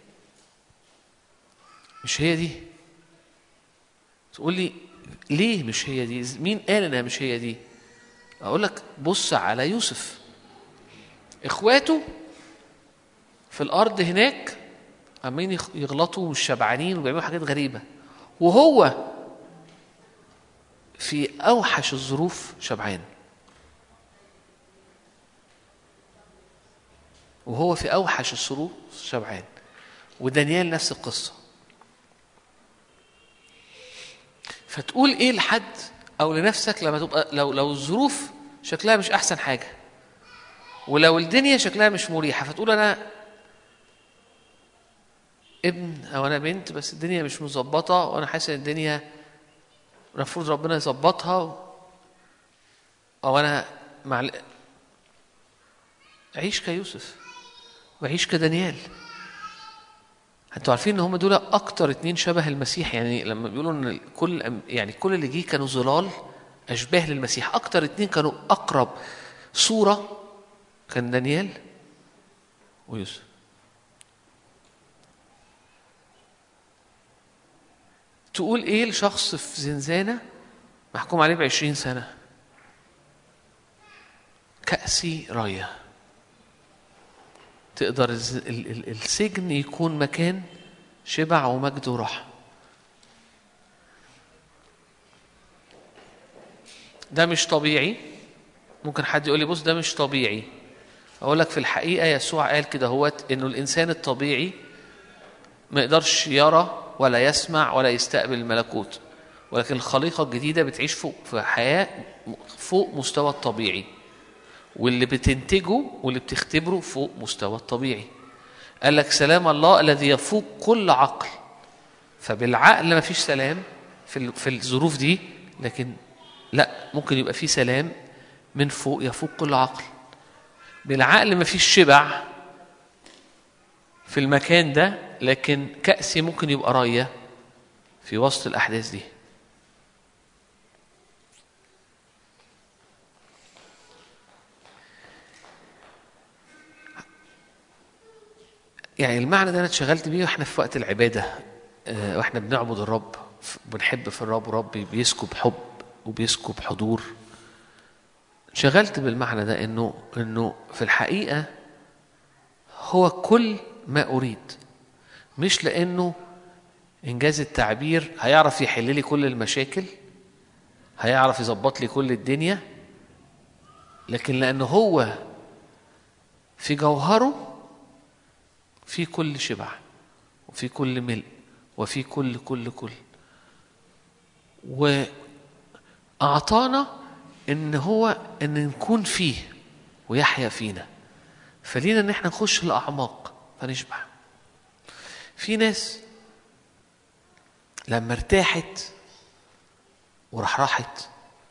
مش هي دي. تقول لي ليه مش هي دي؟ مين قال انها مش هي دي؟ اقول لك بص على يوسف. اخواته في الارض هناك عمالين يغلطوا مش شبعانين وبيعملوا حاجات غريبه، وهو في اوحش الظروف شبعان. وهو في اوحش الظروف شبعان. ودانيال نفس القصه. فتقول ايه لحد او لنفسك لما تبقى لو لو الظروف شكلها مش احسن حاجه، ولو الدنيا شكلها مش مريحه، فتقول انا ابن او انا بنت بس الدنيا مش مظبطه، وانا حاسس ان الدنيا المفروض ربنا يظبطها، او انا مع عيش كيوسف وعيش كدانيال. انتوا عارفين ان هم دول اكتر اتنين شبه المسيح. يعني لما بيقولوا ان كل يعني كل اللي جه كانوا ظلال اشباه للمسيح، اكتر اتنين كانوا اقرب صوره كان دانيال ويوسف. تقول ايه لشخص في زنزانه محكوم عليه بعشرين سنه؟ كأسي رايه. تقدر السجن يكون مكان شبع ومجد وراحه، ده مش طبيعي. ممكن حد يقول لي بص ده مش طبيعي. اقول لك في الحقيقه يسوع قال كده هوت انه الانسان الطبيعي ما يقدرش يرى ولا يسمع ولا يستقبل الملكوت، ولكن الخليقه الجديده بتعيش فوق في حياه فوق مستوى الطبيعي، واللي بتنتجه واللي بتختبره فوق مستوى الطبيعي. قال لك سلام الله الذي يفوق كل عقل. فبالعقل ما فيش سلام في في الظروف دي، لكن لا، ممكن يبقى في سلام من فوق يفوق كل عقل. بالعقل ما فيش شبع في المكان ده، لكن كأسي ممكن يبقى راية في وسط الأحداث دي. يعني المعنى ده أنا اتشغلت بيه وإحنا في وقت العبادة، وإحنا بنعبد الرب، بنحب في الرب، ورب بيسكب حب وبيسكب حضور. شغلت بالمعنى ده إنه إنه في الحقيقة هو كل ما أريد، مش لأنه إنجاز التعبير هيعرف يحل لي كل المشاكل، هيعرف يظبط لي كل الدنيا، لكن لأنه هو في جوهره في كل شبع وفي كل ملء وفي كل كل كل وأعطانا إن هو إن نكون فيه ويحيا فينا. فلينا إن احنا نخش الأعماق فنشبع. في ناس لما ارتاحت ورحرحت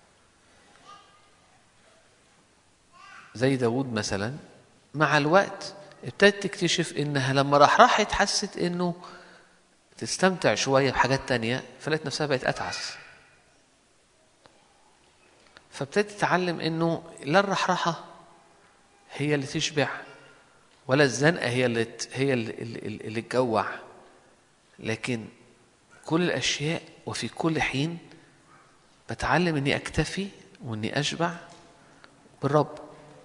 زي داود مثلا، مع الوقت ابتدت تكتشف انها لما رحرحت حست انه تستمتع شوية بحاجات تانية، فلقت نفسها بقت أتعس. فابتدت تتعلم انه لا الرحرحة هي اللي تشبع ولا الزنقة هي اللي هي اللي, اللي تجوع، لكن كل الأشياء وفي كل حين بتعلم اني اكتفي واني اشبع بالرب.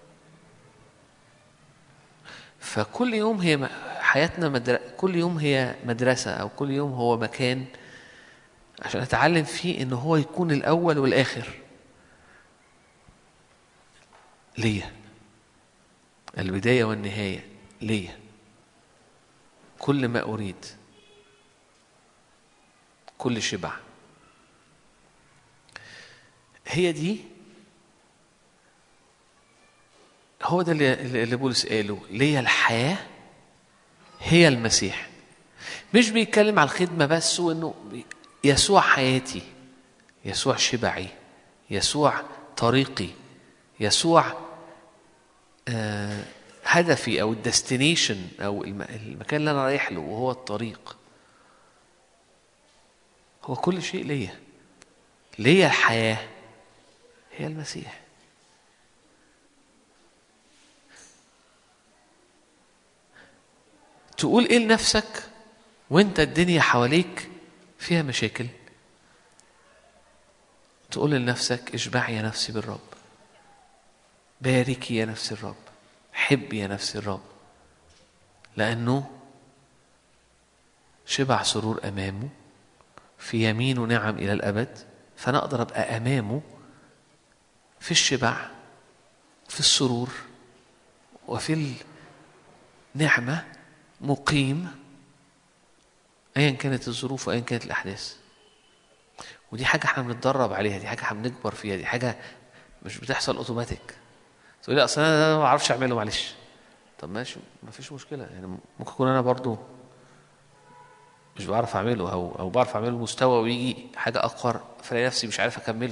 فكل يوم هي حياتنا مدر... كل يوم هي مدرسة، أو كل يوم هو مكان عشان أتعلم فيه إنه هو يكون الأول والآخر ليا، البداية والنهاية ليا، كل ما أريد، كل شبع. هي دي، هو ده اللي بولس قاله، ليا الحياة هي المسيح. مش بيتكلم على الخدمة بس، وإنه يسوع حياتي، يسوع شبعي، يسوع طريقي، يسوع آه هدفي أو الدستنيشن أو المكان اللي أنا رايح له، وهو الطريق. هو كل شيء ليا، ليا الحياة هي المسيح. تقول ايه لنفسك وانت الدنيا حواليك فيها مشاكل؟ تقول لنفسك اشبعي يا نفسي بالرب، باركي يا نفسي الرب، حبي يا نفسي الرب، لأنه شبع سرور أمامه، في يمينه نعم إلى الأبد. فأنا أقدر أبقى أمامه في الشبع، في السرور، وفي النعمة، مقيم أيا كانت الظروف وأيا كانت الأحداث. ودي حاجة احنا بنتدرب عليها، دي حاجة احنا بنكبر فيها، دي حاجة مش بتحصل اوتوماتيك. تقول لي أصلا أنا ما بعرفش أعمله، معلش. طب ماشي، ما فيش مشكلة. يعني ممكن أكون أنا برضو مش بعرف أعمله، أو أو بعرف أعمله مستوى ويجي حاجة أقوى فلاقي نفسي مش عارف أكمله.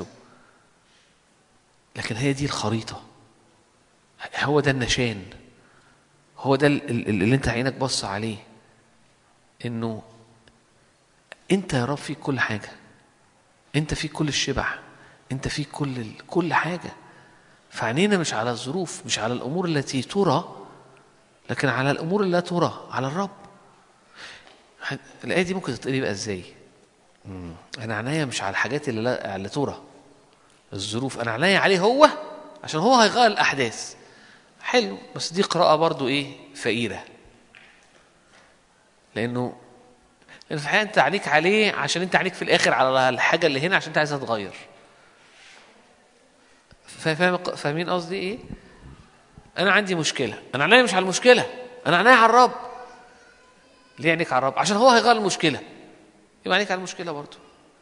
لكن هي دي الخريطة، هو ده النشان، هو ده اللي انت عينك بص عليه، انه انت يا رب فيك كل حاجة، انت فيك كل الشبع، انت فيك كل كل حاجة. فعنينا مش على الظروف، مش على الامور التي ترى، لكن على الامور اللي لا ترى، على الرب. الآية دي ممكن تتقري بقى ازاي؟ انا عناية مش على الحاجات اللي لا اللي ترى، الظروف، انا عناية عليه هو، عشان هو هيغير الاحداث. حلو، بس دي قراءة برضو ايه فقيرة، لانه في الحقيقة انت عليك عليه عشان انت عليك في الاخر على الحاجة اللي هنا عشان انت عايزها تغير. فاهم فاهمين قصدي ايه؟ انا عندي مشكله، انا عينيا مش على المشكله، انا عينيا على الرب. ليه عينيك على الرب؟ عشان هو هيغير المشكله، يبقى عينيك على المشكله برضه.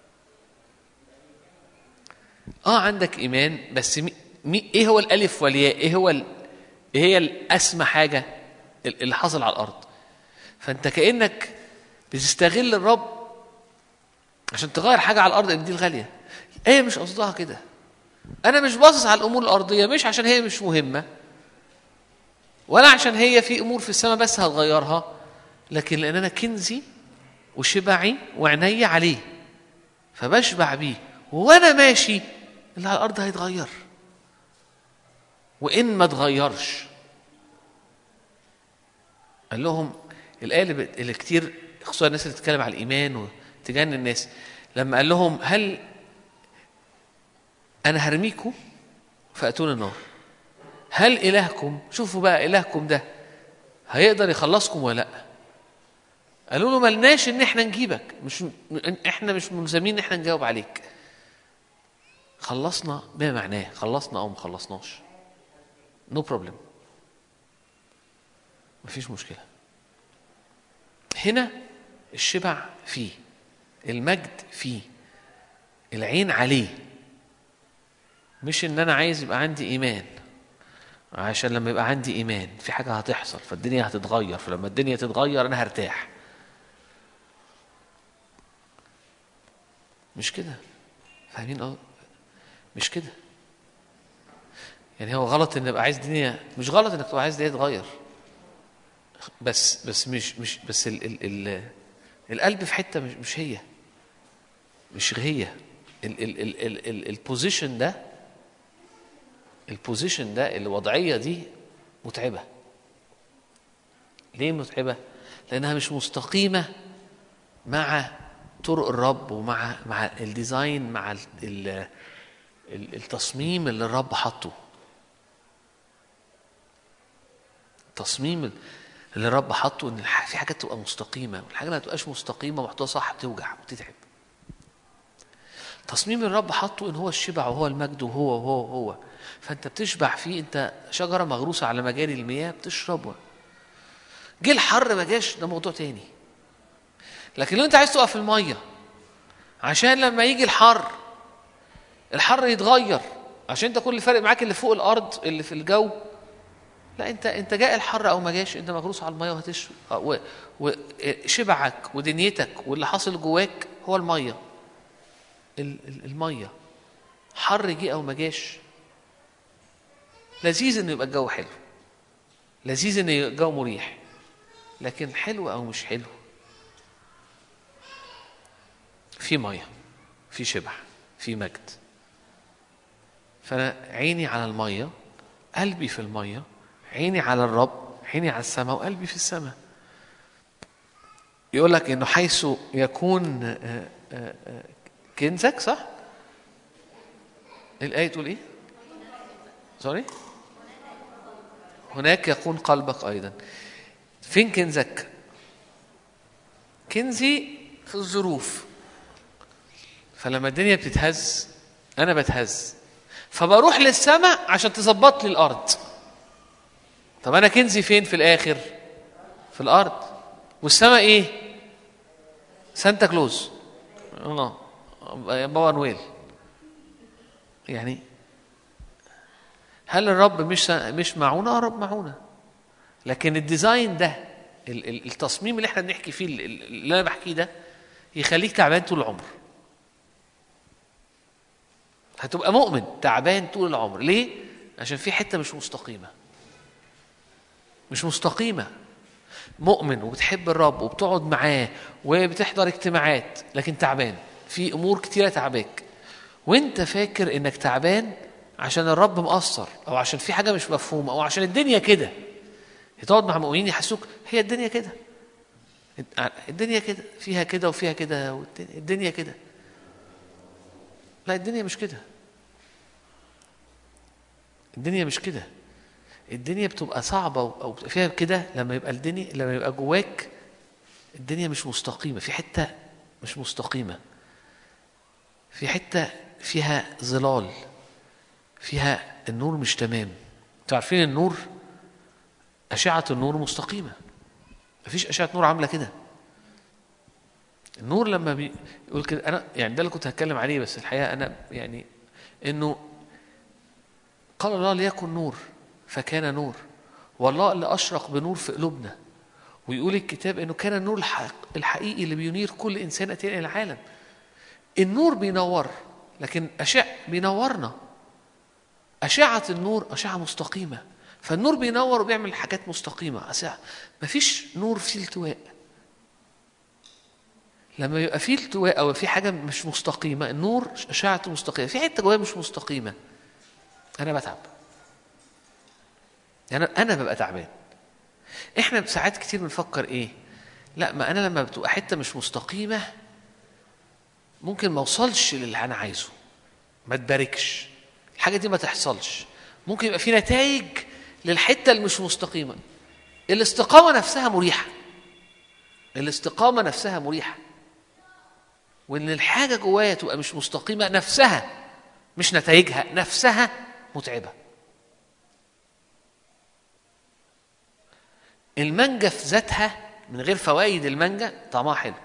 اه عندك ايمان، بس مي... مي... ايه هو الالف والياء؟ ايه هو ال... ايه هي الاسمى حاجه اللي حصل على الارض؟ فانت كانك بتستغل الرب عشان تغير حاجه على الارض، ان دي الغاليه. هي مش قصدها كده. انا مش باصص على الامور الارضيه، مش عشان هي مش مهمه، ولا عشان هي في امور في السماء بس هتغيرها، لكن لان انا كنزي وشبعي وعيني عليه، فبشبع بيه، وانا ماشي اللي على الارض هيتغير. وان ما اتغيرش، قال لهم الايه اللي كتير خصوصا الناس اللي بتتكلم على الايمان وتجنن الناس، لما قال لهم هل انا هرميكم فاتون النار، هل الهكم، شوفوا بقى الهكم ده هيقدر يخلصكم ولا لا؟ قالوا له ملناش ان احنا نجيبك، مش احنا مش ملزمين ان احنا نجاوب عليك. خلصنا بما معناه خلصنا او ما خلصناش، نو بروبلم، مفيش مشكله. هنا الشبع فيه، المجد فيه، العين عليه. مش ان انا عايز يبقى عندي ايمان عشان لما يبقى عندي ايمان في حاجه هتحصل فالدنيا هتتغير، فلما الدنيا تتغير انا هرتاح. مش كده، فاهمين؟ اه مش كده. يعني هو غلط ان ابقى عايز الدنيا، مش غلط انك تبقى عايز الدنيا تتغير، بس بس مش مش بس ال ال ال القلب في حته مش مش هي مش هي ال ال ال ال ال البوزيشن ده البوزيشن ده الوضعيه دي متعبه. ليه متعبه؟ لانها مش مستقيمه مع طرق الرب ومع مع الديزاين، مع ال ال التصميم اللي الرب حطه. التصميم اللي الرب حطه ان في حاجات تبقى مستقيمه، والحاجه اللي ما تبقاش مستقيمه ومحطوطه صح توجع وتتعب. تصميم الرب حطه ان هو الشبع وهو المجد وهو وهو وهو فانت بتشبع فيه. انت شجره مغروسه على مجاري المياه بتشربها. جه الحر ما جاش، ده موضوع تاني. لكن لو انت عايز تقف في الميه عشان لما يجي الحر الحر يتغير، عشان انت كل الفرق معاك اللي فوق الارض اللي في الجو، لا انت انت جاء الحر او ما جاش انت مغروس على الميه وهتشرب، وشبعك ودنيتك واللي حاصل جواك هو الميه. الميه حر جه او ما جاش، لذيذ انه يبقى الجو حلو، لذيذ انه يبقى الجو مريح، لكن حلو او مش حلو، في ميه، في شبع، في مجد. فانا عيني على الميه، قلبي في الميه، عيني على الرب، عيني على السماء وقلبي في السماء. يقول لك انه حيث يكون كنزك، صح؟ الايه تقول ايه؟ سوري، هناك يكون قلبك ايضا. فين كنزك؟ كنزي في الظروف. فلما الدنيا بتتهز انا بتهز، فبروح للسماء عشان تظبط لي الارض. طب انا كنزي فين في الاخر؟ في الارض. والسماء ايه؟ سانتا كلوز، اه بابا نويل. يعني هل الرب مش مش معونه؟ الرب معونه، لكن الديزاين ده، التصميم اللي احنا بنحكي فيه، اللي انا بحكيه ده، يخليك تعبان طول العمر. هتبقى مؤمن تعبان طول العمر. ليه؟ عشان في حته مش مستقيمه، مش مستقيمه. مؤمن وبتحب الرب وبتقعد معاه وبتحضر اجتماعات، لكن تعبان في امور كتيره تعباك، وانت فاكر انك تعبان عشان الرب مقصر، او عشان في حاجه مش مفهومه، او عشان الدنيا كده. تقعد مع مؤمنين يحسوك هي الدنيا كده، الدنيا كده، فيها كده وفيها كده، الدنيا كده. لا، الدنيا مش كده، الدنيا مش كده. الدنيا بتبقى صعبه او فيها كده لما يبقى الدنيا، لما يبقى جواك الدنيا مش مستقيمه، في حته مش مستقيمه، في حته فيها ظلال، فيها النور مش تمام. انتوا عارفين النور أشعة النور مستقيمة، مفيش أشعة نور عاملة كده. النور لما بيقول كده، أنا يعني ده اللي كنت هتكلم عليه، بس الحقيقة أنا يعني إنه قال الله ليكن نور فكان نور، والله اللي أشرق بنور في قلوبنا. ويقول الكتاب إنه كان النور الحقيقي اللي بينير كل إنسان أتى إلى العالم. النور بينور، لكن أشع بينورنا. أشعة النور أشعة مستقيمة، فالنور بينور وبيعمل حاجات مستقيمة. مفيش نور فيه التواء. لما يبقى فيه التواء أو في حاجة مش مستقيمة، النور أشعته مستقيمة، في حتة جوايا مش مستقيمة، أنا بتعب، يعني أنا ببقى تعبان. إحنا ساعات كتير بنفكر إيه؟ لا، ما أنا لما بتبقى حتة مش مستقيمة ممكن ما اوصلش للي أنا عايزه، ما تباركش الحاجة دي، ما تحصلش. ممكن يبقى في نتائج للحتة اللي مش مستقيمة. الاستقامة نفسها مريحة، الاستقامة نفسها مريحة، وإن الحاجة جوايا تبقى مش مستقيمة نفسها، مش نتائجها، نفسها متعبة. المانجا في ذاتها من غير فوائد المانجا طعمها حلو.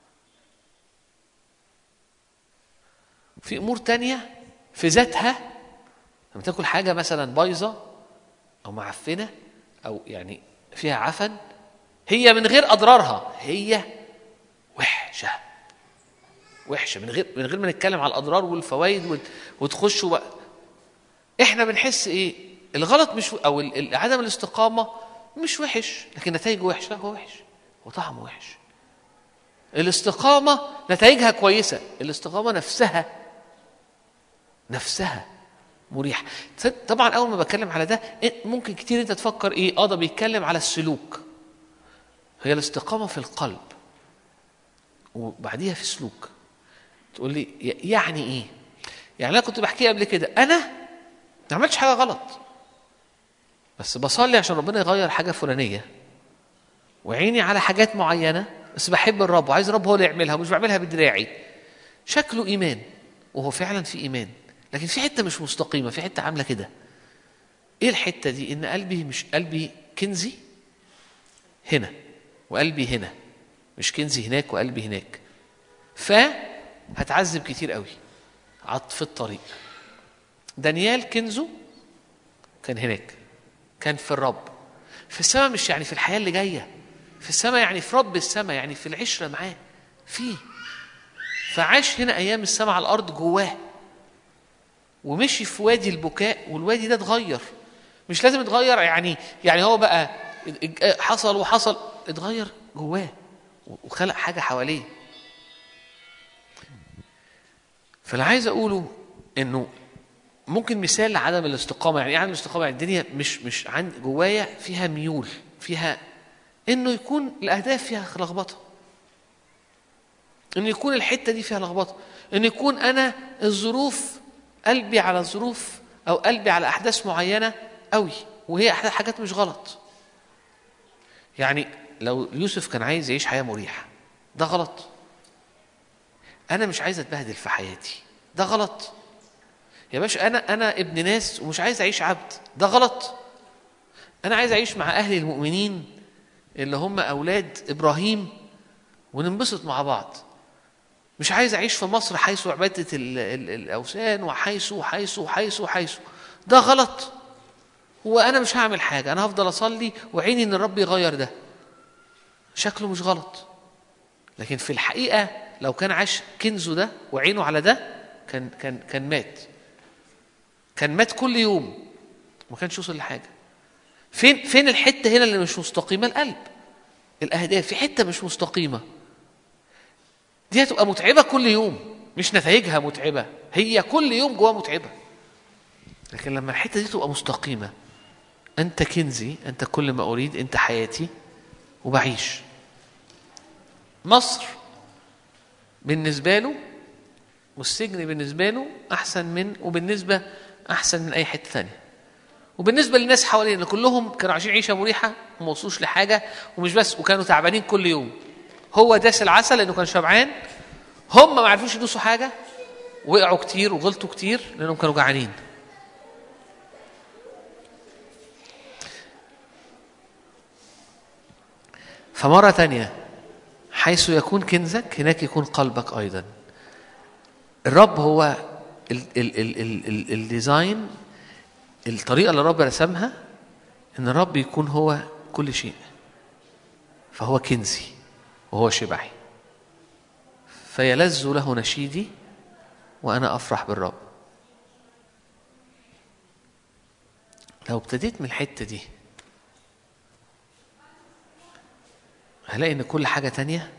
في أمور تانية في ذاتها، لما تاكل حاجة مثلا بايظة أو معفنة أو يعني فيها عفن، هي من غير أضرارها هي وحشة وحشة، من غير من غير ما نتكلم على الأضرار والفوائد وتخش بقى. إحنا بنحس إيه؟ الغلط مش أو عدم الاستقامة مش وحش، لكن نتائجه وحشة. هو وحش، هو طعمه وحش. الاستقامة نتائجها كويسة، الاستقامة نفسها نفسها مريحة. طبعا أول ما بتكلم على ده ممكن كتير أنت تفكر إيه؟ آه ده بيتكلم على السلوك. هي الاستقامة في القلب وبعديها في سلوك. تقول لي يعني إيه؟ يعني أنا كنت بحكي قبل كده، أنا ما عملتش حاجة غلط، بس بصلي عشان ربنا يغير حاجة فلانية، وعيني على حاجات معينة، بس بحب الرب وعايز الرب هو اللي يعملها ومش بعملها بدراعي. شكله إيمان، وهو فعلا في إيمان، لكن في حتة مش مستقيمة، في حتة عاملة كده. إيه الحتة دي؟ إن قلبي مش قلبي كنزي هنا وقلبي هنا، مش كنزي هناك وقلبي هناك، فهتعذب كتير قوي عطف الطريق. دانيال كنزه كان هناك، كان في الرب، في السماء، مش يعني في الحياة اللي جاية، في السماء يعني في رب السماء، يعني في العشرة معاه فيه. فعاش هنا أيام السماء على الأرض جواه، ومشي في وادي البكاء، والوادي ده اتغير. مش لازم اتغير يعني يعني هو بقى حصل وحصل، اتغير جواه وخلق حاجة حواليه. فاللي عايز أقوله إنه ممكن مثال لعدم الاستقامة. يعني عدم الاستقامة يعني الدنيا مش مش عند جوايا فيها ميول، فيها إنه يكون الأهداف فيها لخبطة، إنه يكون الحتة دي فيها لخبطة، إنه يكون أنا الظروف قلبي على ظروف أو قلبي على أحداث معينة قوي، وهي حاجات مش غلط. يعني لو يوسف كان عايز يعيش حياة مريحة، ده غلط. أنا مش عايز أتبهدل في حياتي، ده غلط. يا باشا أنا أنا ابن ناس ومش عايز أعيش عبد، ده غلط. أنا عايز أعيش مع أهل المؤمنين اللي هم أولاد إبراهيم وننبسط مع بعض. مش عايز أعيش في مصر حيث عبادة الأوثان وحيث وحيث وحيث وحيث، ده غلط. وأنا مش هعمل حاجة، أنا هفضل أصلي وعيني إن الرب يغير ده. شكله مش غلط، لكن في الحقيقة لو كان عاش كنزه ده وعينه على ده كان كان كان مات، كان مات كل يوم، ما كانش يوصل لحاجة. فين فين الحتة هنا اللي مش مستقيمة؟ القلب، الأهداف في حتة مش مستقيمة، دي هتبقى متعبة كل يوم، مش نتائجها متعبة، هي كل يوم جوا متعبة. لكن لما الحتة دي تبقى مستقيمة، أنت كنزي، أنت كل ما أريد، أنت حياتي وبعيش. مصر بالنسبة له والسجن بالنسبة له أحسن من، وبالنسبة أحسن من أي حتة ثانية. وبالنسبة للناس حوالينا كلهم كانوا عايشين عيشة مريحة وما وصلوش لحاجة، ومش بس، وكانوا تعبانين كل يوم. هو داس العسل لأنه كان شبعان، هم ما عرفوش يدوسوا حاجة، وقعوا كتير وغلطوا كتير لأنهم كانوا جعانين. فمرة تانية حيث يكون كنزك هناك يكون قلبك أيضا. الرب هو ال ال ال ال ال الديزاين، الطريقة اللي الرب رسمها إن الرب يكون هو كل شيء، فهو كنزي وهو شبعي، فيلذ له نشيدي وأنا أفرح بالرب. لو ابتديت من الحتة دي هلاقي إن كل حاجة تانية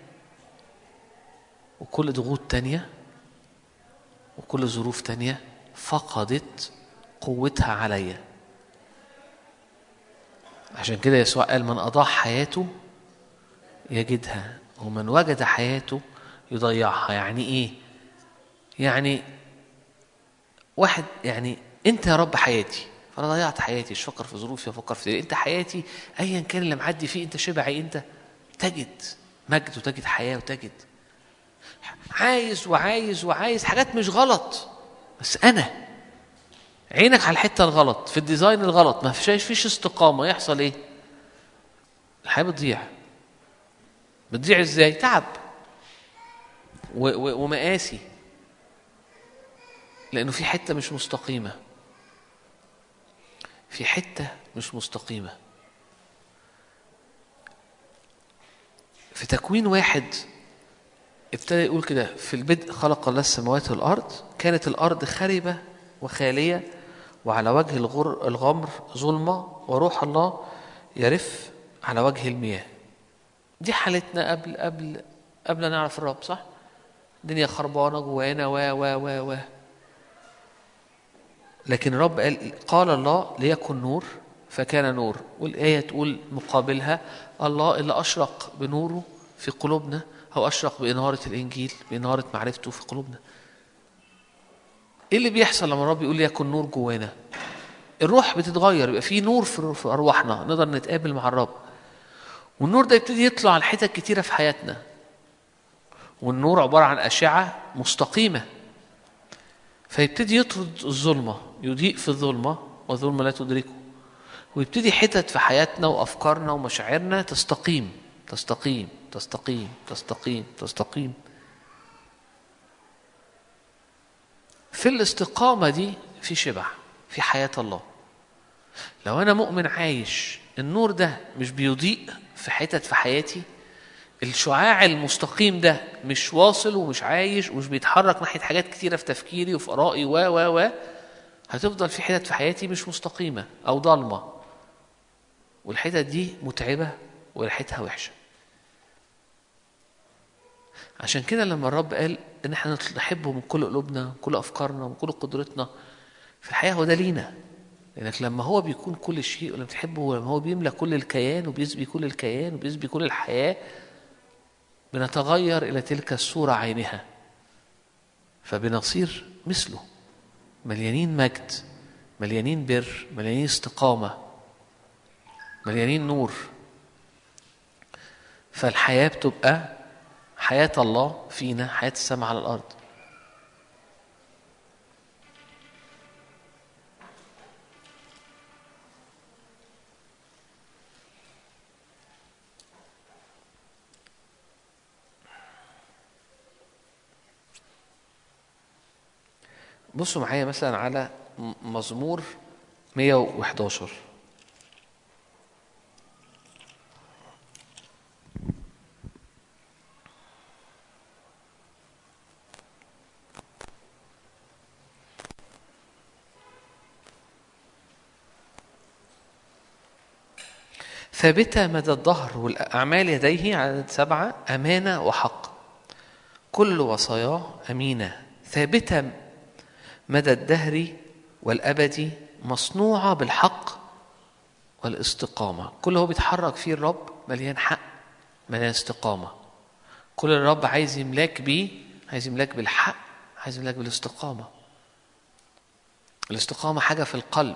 وكل ضغوط تانية وكل ظروف تانية فقدت قوتها عليا. عشان كده يسوع قال من أضاع حياته يجدها ومن وجد حياته يضيعها. يعني إيه؟ يعني واحد يعني أنت يا رب حياتي، فأنا ضيعت حياتي، مش فكر في ظروفي، أفكر في أنت حياتي أيا كان اللي معدي فيه، أنت شبعي، أنت تجد مجد وتجد حياة وتجد عايز وعايز وعايز حاجات مش غلط، بس أنا عينك على الحتة الغلط في الديزاين الغلط، ما فيش فيش استقامة، يحصل إيه؟ الحياة بتضيع. بتضيع إزاي؟ تعب ومقاسي، لأنه في حتة مش مستقيمة، في حتة مش مستقيمة. في تكوين واحد ابتدى يقول كده: في البدء خلق الله السماوات والأرض، كانت الأرض خربة وخالية وعلى وجه الغر الغمر ظلمة وروح الله يرف على وجه المياه. دي حالتنا قبل قبل قبل نعرف الرب، صح؟ الدنيا خربانة جوانا و و و و لكن الرب قال قال الله ليكن نور فكان نور. والآية تقول مقابلها: الله اللي أشرق بنوره في قلوبنا، أو أشرق بإنارة الإنجيل، بإنارة معرفته في قلوبنا. إيه اللي بيحصل لما الرب يقول ليكن نور جوانا؟ الروح بتتغير، يبقى في نور في أرواحنا، نقدر نتقابل مع الرب، والنور ده يبتدي يطلع على حتت كتيرة في حياتنا. والنور عبارة عن أشعة مستقيمة، فيبتدي يطرد الظلمة، يضيء في الظلمة والظلمة لا تدركه، ويبتدي حتت في حياتنا وأفكارنا ومشاعرنا تستقيم تستقيم تستقيم تستقيم تستقيم. في الاستقامة دي في شبع، في حياة الله. لو أنا مؤمن عايش النور ده مش بيضيء في حتت في حياتي، الشعاع المستقيم ده مش واصل ومش عايش ومش بيتحرك ناحية حاجات كتيرة في تفكيري وفي آرائي و و و هتفضل في حتت في حياتي مش مستقيمة أو ضلمة، والحتت دي متعبة وريحتها وحشة. عشان كده لما الرب قال إن احنا نحبه من كل قلوبنا من كل أفكارنا من كل قدرتنا في الحياة، هو ده لينا. لأنك لما هو بيكون كل شيء ولما تحبه، ولما هو بيملى كل الكيان وبيسبي كل الكيان وبيسبي كل الحياة، بنتغير إلى تلك الصورة عينها، فبنصير مثله، مليانين مجد، مليانين بر، مليانين استقامة، مليانين نور. فالحياة بتبقى حياة الله فينا، حياة السماء على الأرض. بصوا معايا مثلا على مزمور مئة وأحد عشر. ثابتة مدى الدهر والأعمال يديه، عدد سبعة، أمانة وحق، كل وصاياه أمينة، ثابتة مدى الدهر والأبد، مصنوعة بالحق والاستقامة. كل هو بيتحرك فيه الرب مليان حق، مليان استقامة. كل الرب عايز يملاك بيه، عايز يملاك بالحق، عايز يملاك بالاستقامة. الاستقامة حاجة في القلب.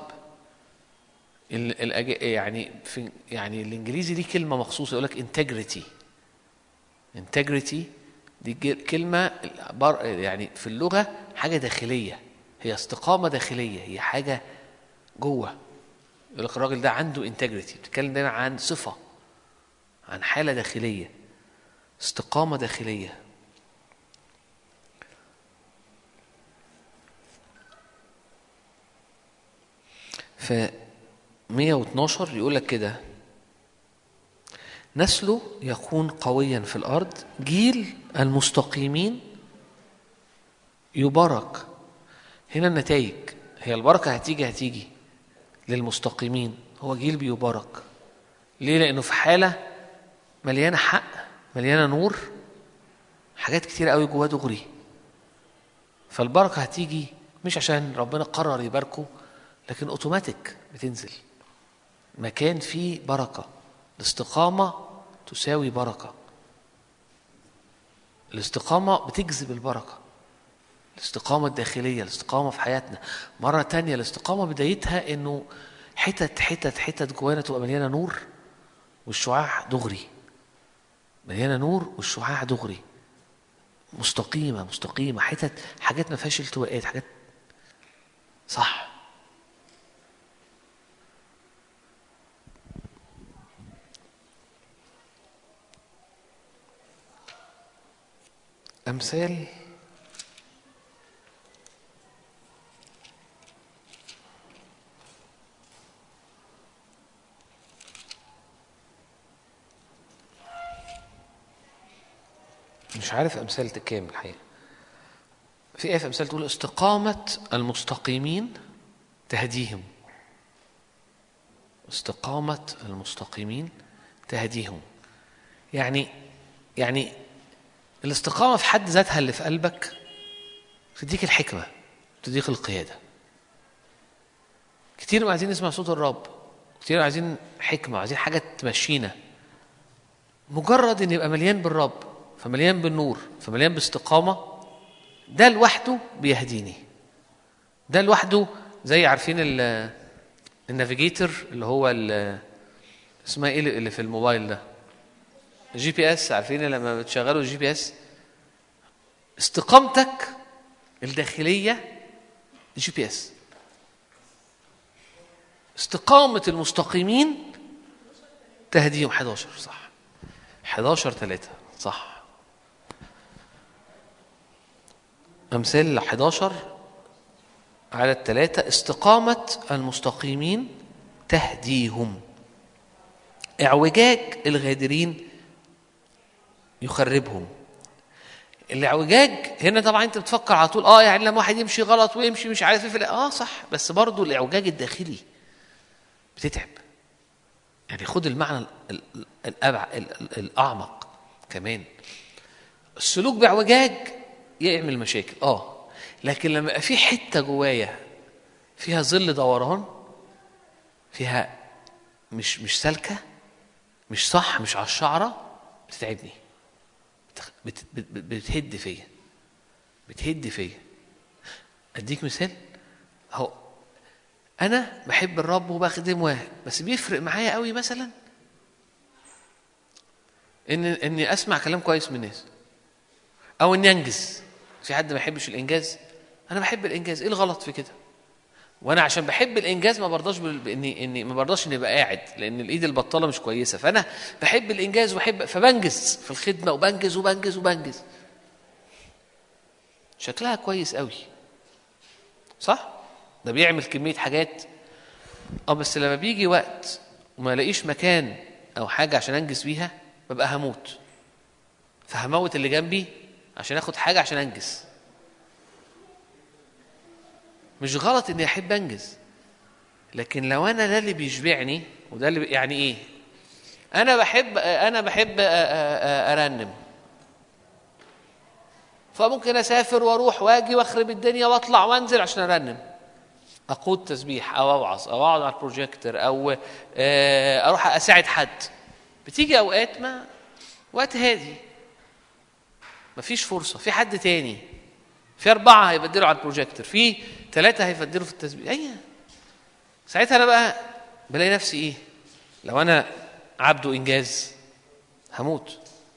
يعني في يعني الإنجليزي دي كلمة مخصوصة، يقول لك integrity. integrity دي كلمة يعني في اللغة حاجة داخلية، هي استقامة داخلية، هي حاجة جوه. يقول لك الراجل ده عنده integrity، بتتكلم دايما عن صفة عن حالة داخلية، استقامة داخلية. في مية واتناشر يقول لك كده: نسله يكون قويا في الأرض، جيل المستقيمين يبارك. هنا النتائج، هي البركة هتيجي هتيجي للمستقيمين، هو جيل بيبارك. ليه؟ لأنه في حالة مليانة حق، مليانة نور، حاجات كتير قوي جواه دغري. فالبركة هتيجي مش عشان ربنا قرر يباركه، لكن اوتوماتيك بتنزل مكان فيه بركة. الاستقامة تساوي بركة، الاستقامة بتجذب البركة، الاستقامة الداخلية، الاستقامة في حياتنا. مرة تانية الاستقامة بدايتها انه حتت حتت حتت جوانا تبقى مليانة نور والشعاع دغري، مليانة نور والشعاع دغري، مستقيمة مستقيمة، حتت حاجات ما فيهاش التواءات، حاجات صح. أمثال مش عارف أمثال كام الحقيقة. في آية في أمثال تقول: استقامة المستقيمين تهديهم. استقامة المستقيمين تهديهم. يعني يعني الاستقامة في حد ذاتها اللي في قلبك تديك الحكمة، تديك القيادة. كتير ما عايزين نسمع صوت الرب، كتير عايزين حكمة، عايزين حاجة تمشينا. مجرد ان يبقى مليان بالرب، فمليان بالنور، فمليان باستقامة، ده لوحده بيهديني. ده لوحده زي عارفين النافيجيتر اللي هو اسمها ايه اللي في الموبايل ده، الجي بي اس. عارفين لما بتشغلوا الجي بي اس، استقامتك الداخلية الجي بي اس. استقامة المستقيمين تهديهم. حداشر صح، حداشر ثلاثة صح. أمثال حداشر على الثلاثة: استقامة المستقيمين تهديهم، اعوجاج الغادرين يخربهم. الاعوجاج هنا طبعا انت بتفكر على طول اه يعني لما واحد يمشي غلط ويمشي مش عارف ايه في اه صح، بس برضو الاعوجاج الداخلي بتتعب. يعني خد المعنى الأبع الأعمق كمان. السلوك باعوجاج يعمل مشاكل اه لكن لما يبقى في حته جوايا فيها ظل دوران، فيها مش مش سالكه، مش صح، مش على الشعره، بتتعبني، بت بت بتهد فيا بتهد فيا اديك مثال اهو. انا بحب الرب وبخدم واحد، بس بيفرق معايا قوي مثلا ان اني اسمع كلام كويس من الناس، او اني انجز. في حد ما يحبش الانجاز؟ انا بحب الانجاز، ايه الغلط في كده؟ وانا عشان بحب الانجاز ما برضاش باني اني ما برضاش اني ابقى قاعد، لان الايد البطاله مش كويسه. فانا بحب الانجاز وبحب فبنجز في الخدمه وبنجز وبنجز وبنجز شكلها كويس قوي صح، ده بيعمل كميه حاجات اه بس لما بيجي وقت وما الاقيش مكان او حاجه عشان انجز بيها ببقى هموت، فهموت اللي جنبي عشان اخد حاجه عشان انجز. مش غلط اني احب انجز، لكن لو انا ده اللي بيشبعني وده اللي يعني ايه، انا بحب انا بحب ارنم، فممكن اسافر واروح واجي واخرب الدنيا واطلع وانزل عشان ارنم، اقود تسبيح او اوعظ او اقعد على البروجيكتور او اروح اساعد حد. بتيجي اوقات ما وقت هادي مفيش فرصه، في حد تاني، في أربعة هيبدلوا على البروجيكتور، في ثلاثة هيبدلوا في التسبيح. أيه ساعتها أنا بقى بلاقي نفسي إيه؟ لو أنا عبده إنجاز هموت.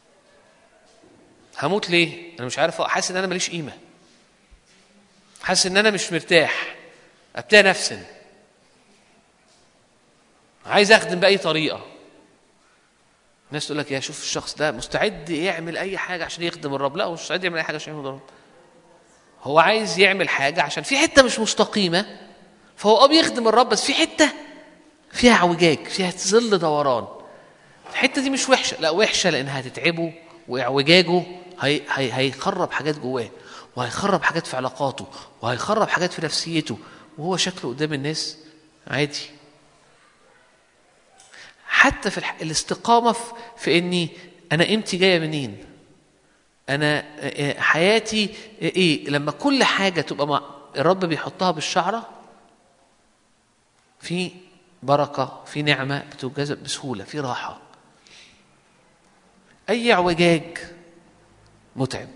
هموت ليه؟ أنا مش عارف، حاسس إن أنا ماليش قيمة، حاسس إن أنا مش مرتاح، أبتدي نفسن، عايز أخدم بأي طريقة. الناس تقول لك يا شوف الشخص ده مستعد يعمل اي حاجه عشان يخدم الرب. لا، هو مش مستعد يعمل اي حاجه عشان يخدم الرب. هو عايز يعمل حاجه عشان في حته مش مستقيمه، فهو اه بيخدم الرب بس في حته فيها اعوجاج، فيها ظل دوران. الحته دي مش وحشه، لا وحشه لانها هتتعبه، واعوجاجه هي هي هيخرب حاجات جواه، وهيخرب حاجات في علاقاته، وهيخرب حاجات في نفسيته، وهو شكله قدام الناس عادي. حتى في الح... الاستقامه في... في اني انا قيمتي جايه منين، انا حياتي ايه، لما كل حاجه تبقى مع الرب بيحطها بالشعره، في بركه، في نعمه بتجذب بسهوله، في راحه. اي اعوجاج متعب.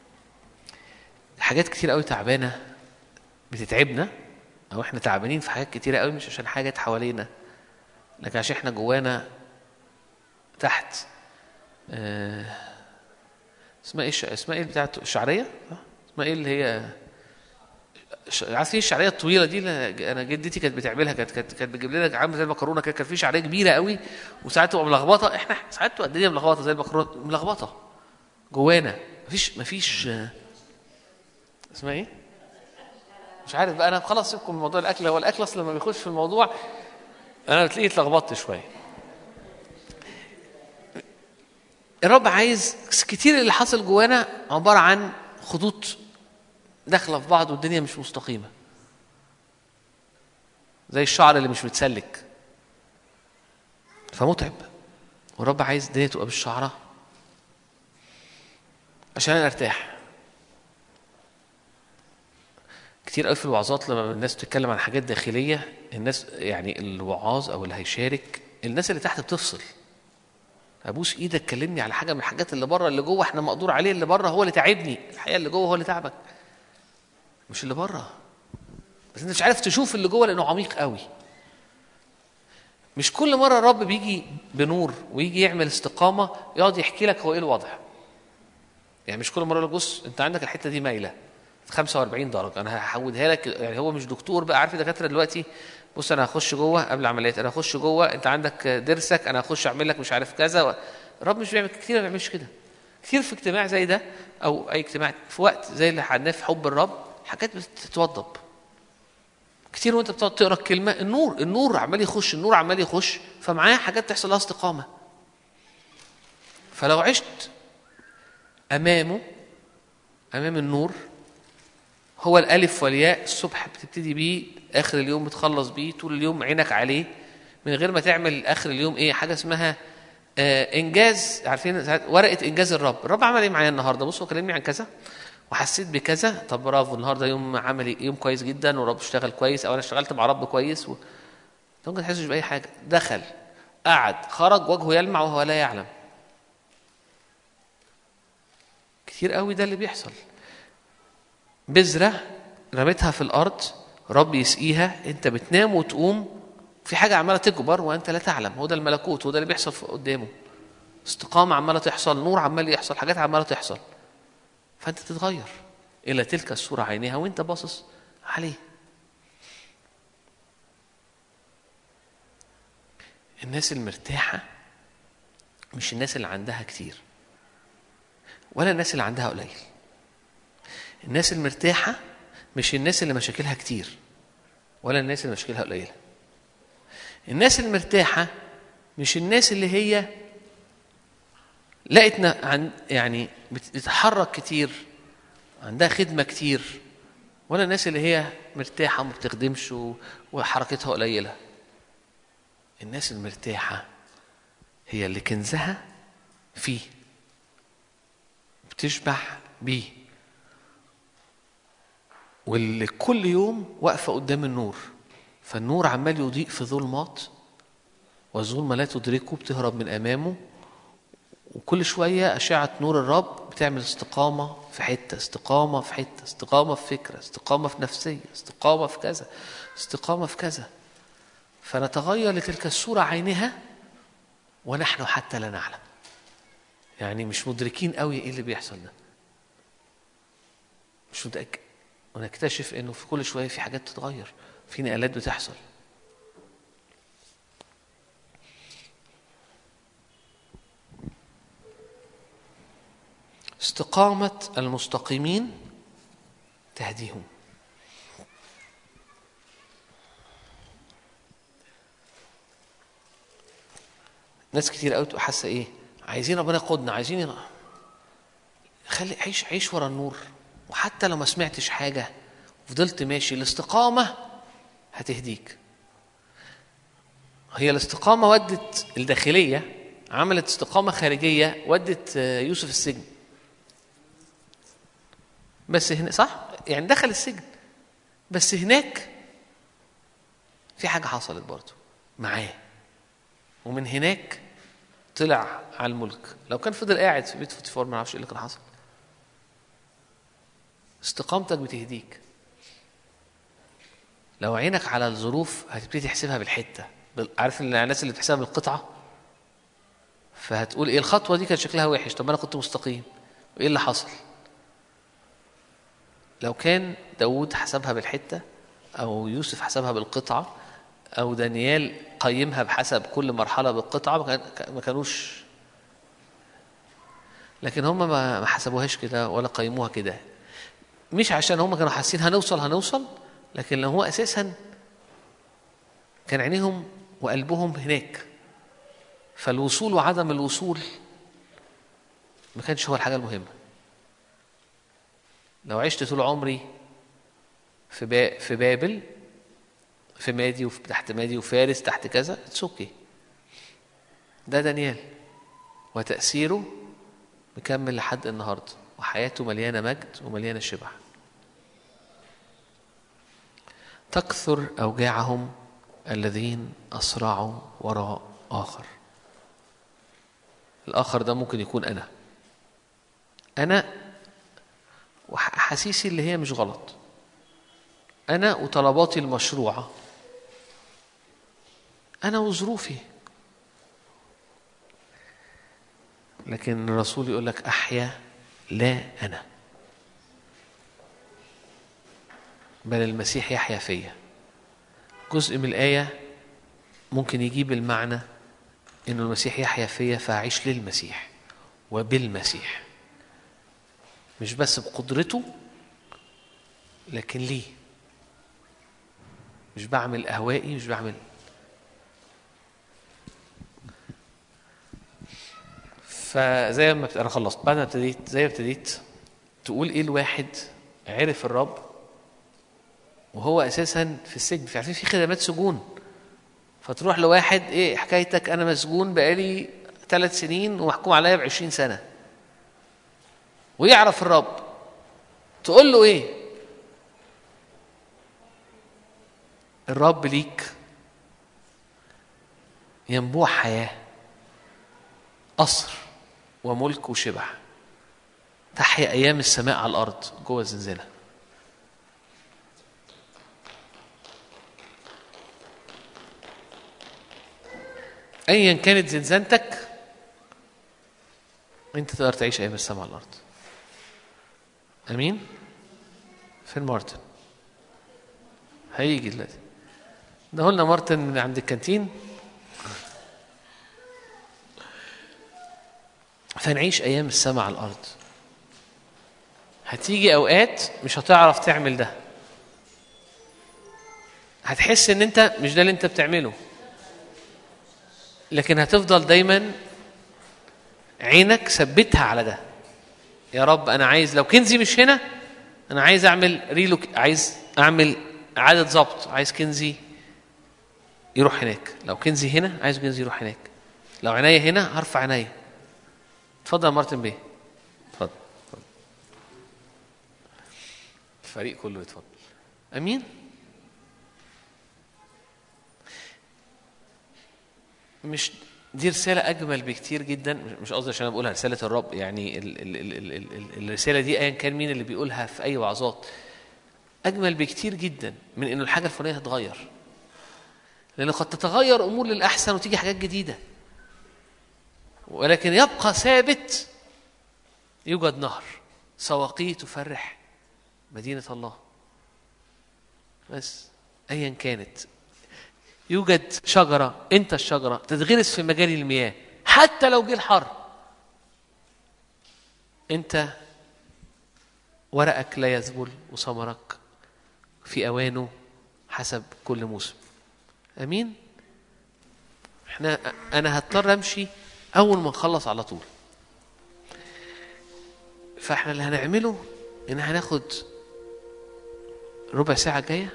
حاجات كتير قوي تعبانه بتتعبنا، او احنا تعبانين في حاجات كتيره قوي مش عشان حاجات حوالينا، لكن عشان احنا جوانا تحت آه اسمها ايه اسمها ايه بتاعت الشعريه، اسمها ايه اللي هي عارفين الشعريه الطويله دي اللي انا جدتي كانت بتعملها، كانت كانت كانت بتجيب لنا عامله زي المكرونه كده، كان في شعريه كبيره قوي وساعات تبقى ملخبطه، احنا ساعات تبقى الدنيا ملخبطه زي المكرونه ملخبطه جوانا، مفيش مفيش اسمها ايه مش عارف بقى انا، خلاص سيبكم من موضوع الاكل. هو الاكل اصلا لما بيخش في الموضوع انا بتلاقي اتلخبطت شويه. الرب عايز كتير اللي حصل جوانا عباره عن خطوط داخله في بعض والدنيا مش مستقيمه، زي الشعر اللي مش متسلك، فمتعب. والرب عايز الدنيا تبقى بالشعره عشان انا ارتاح. كتير قوي في الوعظات لما الناس بتتكلم عن حاجات داخليه، الناس يعني الوعاظ او اللي هيشارك، الناس اللي تحت بتفصل. ابوس ايدك كلمني على حاجه من الحاجات اللي بره، اللي جوه احنا مقدور عليه، اللي بره هو اللي تعبني، الحقيقه اللي جوه هو اللي تعبك مش اللي بره. بس انت مش عارف تشوف اللي جوه لانه عميق قوي. مش كل مره الرب بيجي بنور ويجي يعمل استقامه يقعد يحكي لك هو ايه الوضع. يعني مش كل مره يقول بص انت عندك الحته دي مايله خمسة وأربعين درجه انا هحودها لك. يعني هو مش دكتور بقى، عارف الدكاتره دلوقتي بص انا هخش جوه قبل عمليات، انا هخش جوه انت عندك ضرسك انا هخش اعمل لك مش عارف كذا. الرب مش بيعمل كتير، ما بيعملش كده كتير. في اجتماع زي ده او اي اجتماع في وقت زي اللي حدناه في حب الرب، حاجات بتتوضب كتير وانت بتقعد تقرا الكلمه، النور النور عمال يخش، النور عمال يخش، فمعاه حاجات تحصل لها استقامه. فلو عشت امامه، امام النور، هو الالف والياء، الصبح بتبتدي بيه، اخر اليوم بتخلص بيه، طول اليوم عينك عليه من غير ما تعمل اخر اليوم ايه حاجه اسمها آه انجاز. عارفين ورقه انجاز الرب، الرب عمل ايه معايا النهارده؟ بصوا كلمني عن كذا وحسيت بكذا، طب برافو النهارده يوم عملي يوم كويس جدا والرب اشتغل كويس، او انا اشتغلت مع رب كويس و... ممكن تحسش باي حاجه. دخل قعد خرج وجهه يلمع وهو لا يعلم. كتير قوي ده اللي بيحصل. بذره رميتها في الارض، رب يسقيها، انت بتنام وتقوم في حاجه عماله تكبر وانت لا تعلم. هو ده الملكوت، هو ده اللي بيحصل قدامه. استقامه عماله تحصل، نور عمال يحصل، حاجات عماله تحصل، فانت تتغير الى تلك الصوره عينها وانت باصص عليه. الناس المرتاحه مش الناس اللي عندها كتير ولا الناس اللي عندها قليل. الناس المرتاحه مش الناس اللي مشاكلها كتير ولا الناس اللي مشاكلها قليله. الناس المرتاحه مش الناس اللي هي لقيتنا عن يعني بتتحرك كتير، عندها خدمه كتير، ولا الناس اللي هي مرتاحه وما بتخدمش وحركتها قليله. الناس المرتاحه هي اللي كنزها فيه، بتشبع بيه، واللي كل يوم واقفه قدام النور، فالنور عمال يضيء في ظلمات والظلمه لا تدركه، بتهرب من امامه، وكل شويه اشعه نور الرب بتعمل استقامه في حته، استقامه في حته، استقامه في فكره، استقامه في نفسيه، استقامه في كذا، استقامه في كذا، فنتغير لتلك الصوره عينها ونحن حتى لا نعلم. يعني مش مدركين قوي ايه اللي بيحصل ده، مش متأكد، ونكتشف انه في كل شويه في حاجات تتغير، في نقلات بتحصل. استقامة المستقيمين تهديهم. ناس كتير قوي تبقى حاسه ايه؟ عايزين ربنا يقودنا، عايزين خلي عيش عيش ورا النور، وحتى لو ما سمعتش حاجه وفضلت ماشي، الاستقامه هتهديك. هي الاستقامه ودت الداخليه، عملت استقامه خارجيه ودت يوسف السجن. بس هنا صح يعني دخل السجن، بس هناك في حاجه حصلت برضه معاه، ومن هناك طلع على الملك. لو كان فضل قاعد في بيت فوتيفار ما نعرفش ايه اللي كان حصل. استقامتك بتهديك. لو عينك على الظروف هتبتدي تحسبها بالحته، عارف ان الناس اللي بتحسبها بالقطعه، فهتقول ايه الخطوه دي كان شكلها وحش، طب انا كنت مستقيم وايه اللي حصل. لو كان داود حسبها بالحته، او يوسف حسبها بالقطعه، او دانيال قيمها بحسب كل مرحله بالقطعه، ما كانوش. لكن هم ما حسبوهاش كده ولا قيموها كده، مش عشان هم كانوا حاسين هنوصل هنوصل لكن لو هو اساسا كان عينيهم وقلبهم هناك، فالوصول وعدم الوصول ما كانش هو الحاجه المهمه. لو عشت طول عمري في با في بابل، في مادي وفي تحت مادي وفارس تحت كذا، اتس اوكي. ده دانيال، وتأثيره مكمل لحد النهارده، وحياته مليانه مجد ومليانه شبع. تكثر أوجاعهم الذين أسرعوا وراء آخر. الآخر ده ممكن يكون أنا أنا وحسيسي اللي هي مش غلط، أنا وطلباتي المشروعة، أنا وظروفي. لكن الرسول يقول لك أحيا لا أنا بل المسيح يحيا فيا. جزء من الآية ممكن يجيب المعنى إنه المسيح يحيا فيا فأعيش للمسيح وبالمسيح، مش بس بقدرته لكن ليه. مش بعمل أهوائي، مش بعمل. فزي ما أنا خلصت بعد ما ابتديت زي ما ابتديت تقول إيه الواحد عرف الرب وهو أساسا في السجن. في عارفين في خدمات سجون، فتروح لواحد إيه حكايتك؟ أنا مسجون بقالي ثلاث سنين ومحكوم عليا بعشرين سنة، ويعرف الرب. تقول له إيه؟ الرب ليك ينبوع حياة، قصر وملك وشبع، تحيا أيام السماء على الأرض جوه الزنزانة. أيا كانت زنزانتك أنت تقدر تعيش أيام السماء على الأرض. أمين. فين مارتن؟ هيجي دلوقتي. ده قلنا مارتن من عند الكانتين. فنعيش أيام السماء على الأرض. هتيجي أوقات مش هتعرف تعمل ده، هتحس إن أنت مش ده اللي أنت بتعمله، لكن هتفضل دايما عينك ثبتها على ده. يا رب أنا عايز، لو كنزي مش هنا أنا عايز أعمل ريلوك، عايز أعمل إعادة ضبط، عايز كنزي يروح هناك. لو كنزي هنا عايز كنزي يروح هناك. لو عناية هنا هرفع عناية. اتفضل يا مارتن بيه. اتفضل. الفريق كله يتفضل. أمين. مش دي رسالة أجمل بكتير جدا، مش قصدي عشان أنا بقولها رسالة الرب، يعني ال ال ال ال ال الرسالة دي أيا كان مين اللي بيقولها في أي وعظات، أجمل بكتير جدا من إنه الحاجة الفلانية هتتغير، لأنه قد تتغير أمور للأحسن وتيجي حاجات جديدة، ولكن يبقى ثابت. يوجد نهر سواقيه تفرح مدينة الله، بس أيا كانت. يوجد شجرة، أنت الشجرة تتغرس في مجاري المياه، حتى لو جه الحر أنت ورقك لا يذبل وثمرك في أوانه حسب كل موسم. أمين. احنا أنا هضطر أمشي أول ما نخلص على طول، فاحنا اللي هنعمله إن هناخد ربع ساعة جاية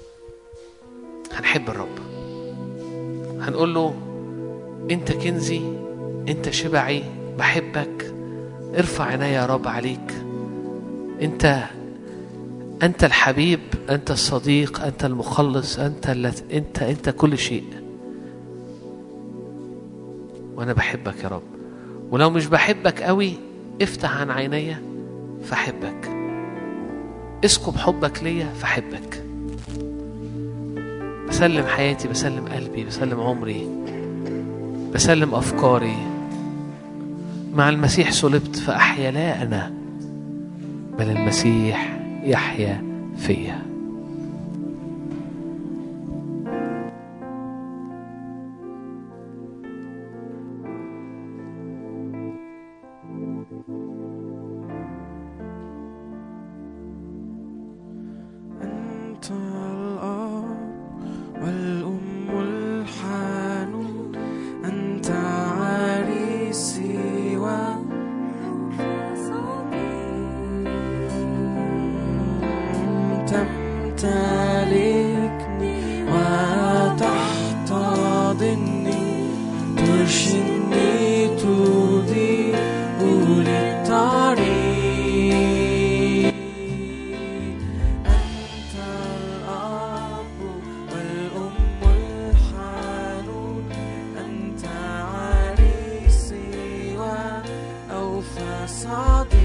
هنحب الرب، هنقول له أنت كنزي، أنت شبعي، بحبك، ارفع عيني يا رب عليك، أنت أنت الحبيب، أنت الصديق، أنت المخلص، أنت أنت أنت كل شيء، وأنا بحبك يا رب. ولو مش بحبك قوي افتح عن عيني فحبك، اسكب حبك ليا فحبك. بسلم حياتي، بسلم قلبي، بسلم عمري، بسلم أفكاري. مع المسيح صلبت فأحيا لا أنا بل المسيح يحيا فيا. أنت الأب والأم الحنون، أنت عريسي تمتلكني وتحتضنني، ترشدني تضيء لي الطريق. أنت الأب والأم الحنون، أنت عريسي وأوفى صديق،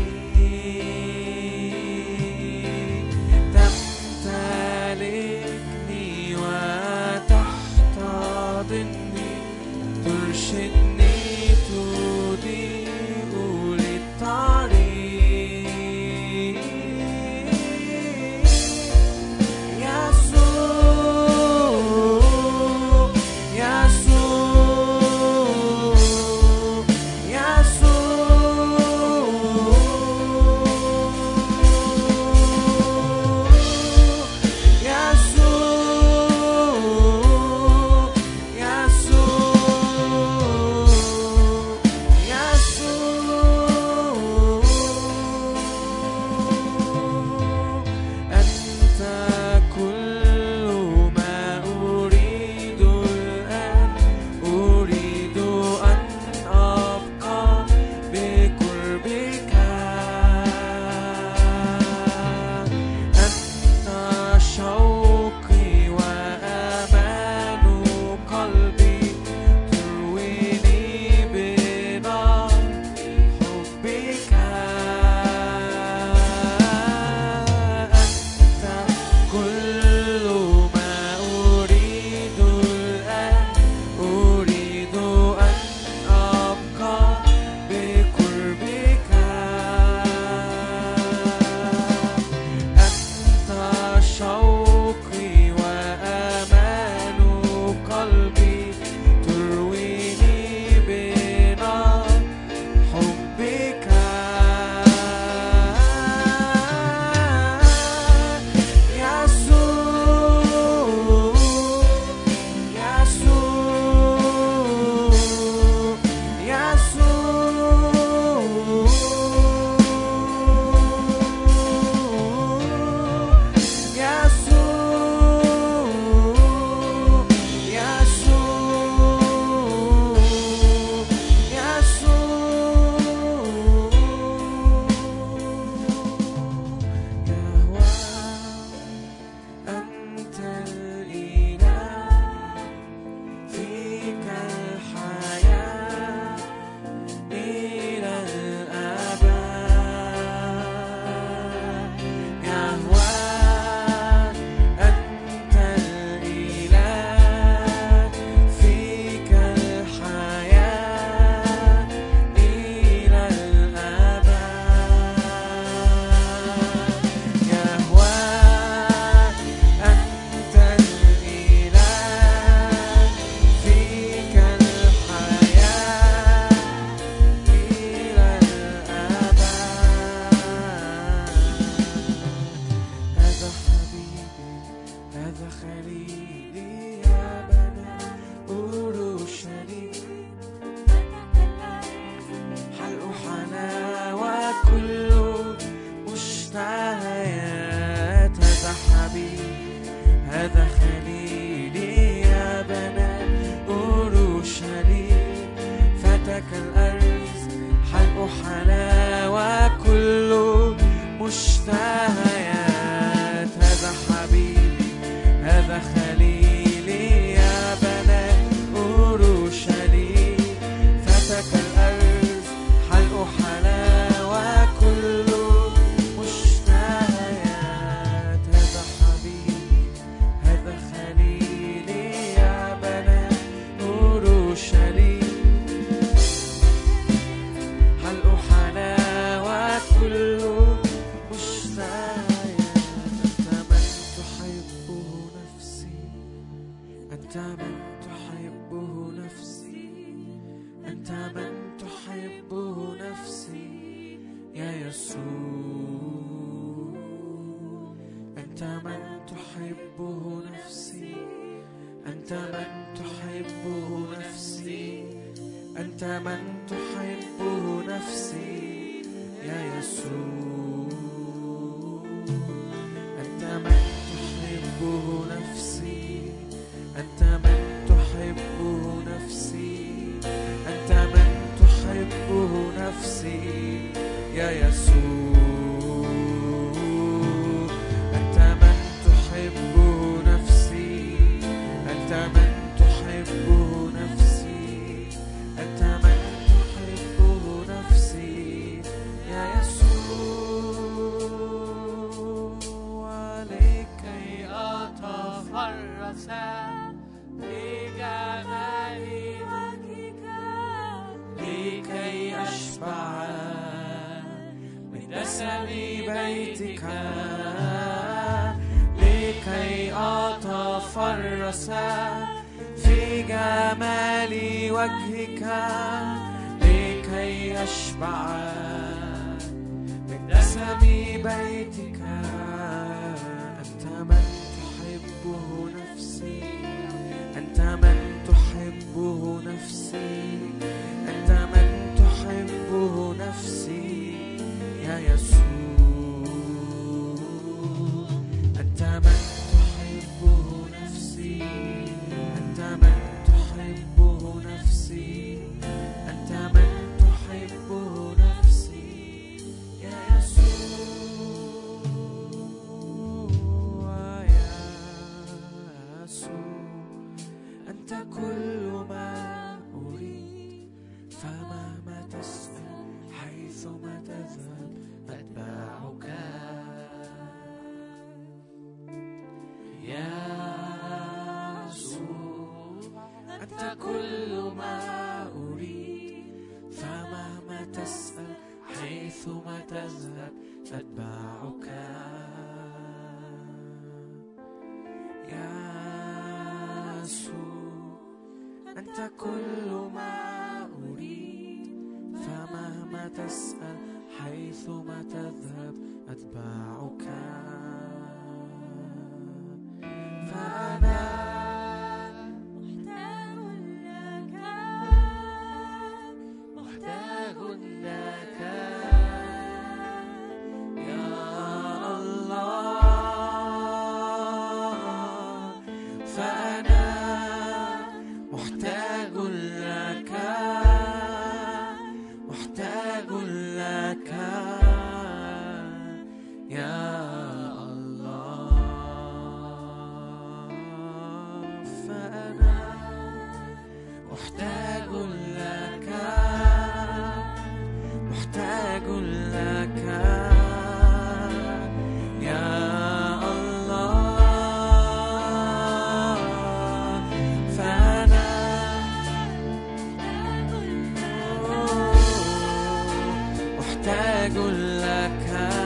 تمتلكني وتحتضني، ترشدني حبيبي هذا خليلي يا بنات أورشليم فتك الأرز حلق حلاوة كله مشتهيات هذا حبيبي هذا خليلي يا بنات أورشليم فتك الأرز حلق حلاوة كله مشتهيات هذا حبيبي هذا خليلي يا بنات أورشليم حلق حلاوة كله مشتهيات أنت من تحبه نفسي أنت من تحبه نفسي يا يسوع أنت من تحبه نفسي أنت من تحبه نفسي أنت من تحبه نفسي يا يسوع أنت من تحبه نفسي أنت من تحبه نفسي أنت من تحبه نفسي يا يسوع أنت من تحبه نفسي أنت من تحبه نفسي أنت من تحبه نفسي يا يسوع لكي أتفرس بجمال وجهك لكي أشبع من دسم بيتك لكي أتفرس في جمال وجهك لكي أشبع من دسم بيتك أنت من تحبه نفسي أنت من تحبه نفسي أنت من تحبه نفسي يا يسوع أنت من تحبه نفسي أنت من تحبه نفسي أنت من تحبه نفسي يا يسوع يا يسوع أنت كل ما أريد فمهما تسأل حيثما تذهب أتبعك يا يسوع أنت كل ما أريد فمهما تسأل حيثما تذهب أتبعك يا يسوع أنت كل ما أريد فمهما تسأل حيثما تذهب أتبعك فأنا محتاج لك يا الله فأنا محتاج لك محتاج لك يا الله فأنا محتاج لك محتاج لك يا الله فأنا محتاج لك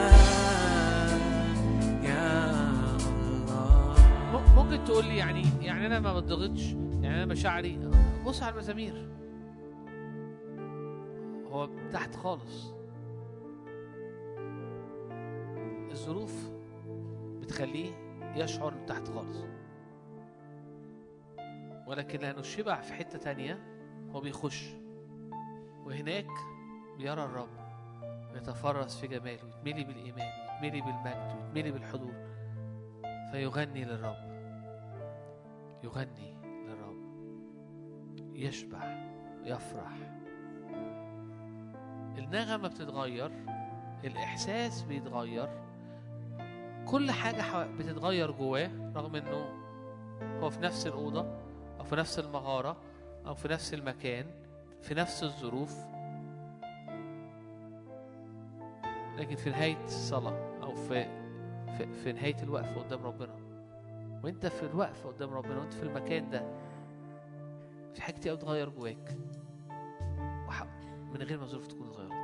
يا الله. ممكن تقول لي يعني يعني انا ما بتضغطش، يعني انا مشاعري بص على المزامير هو تحت خالص، الظروف بتخليه يشعر تحت خالص، ولكن لأنه شبع في حتة تانية هو بيخش وهناك بيرى الرب يتفرس في جماله، يتملي بالإيمان، يتملي بالمجد، يتملي بالحضور. فيغني للرب، يغني للرب، يشبع، يفرح. النغمة بتتغير، الإحساس بيتغير، كل حاجة بتتغير جواه، رغم إنه هو في نفس الأوضة أو في نفس المغارة أو في نفس المكان في نفس الظروف، لكن في نهاية الصلاة أو في في, في نهاية الوقفة قدام ربنا، وأنت في الوقفة قدام ربنا وأنت في المكان ده، في حاجة كتير بتغير جواك من غير ما الظروف تكون اتغيرت.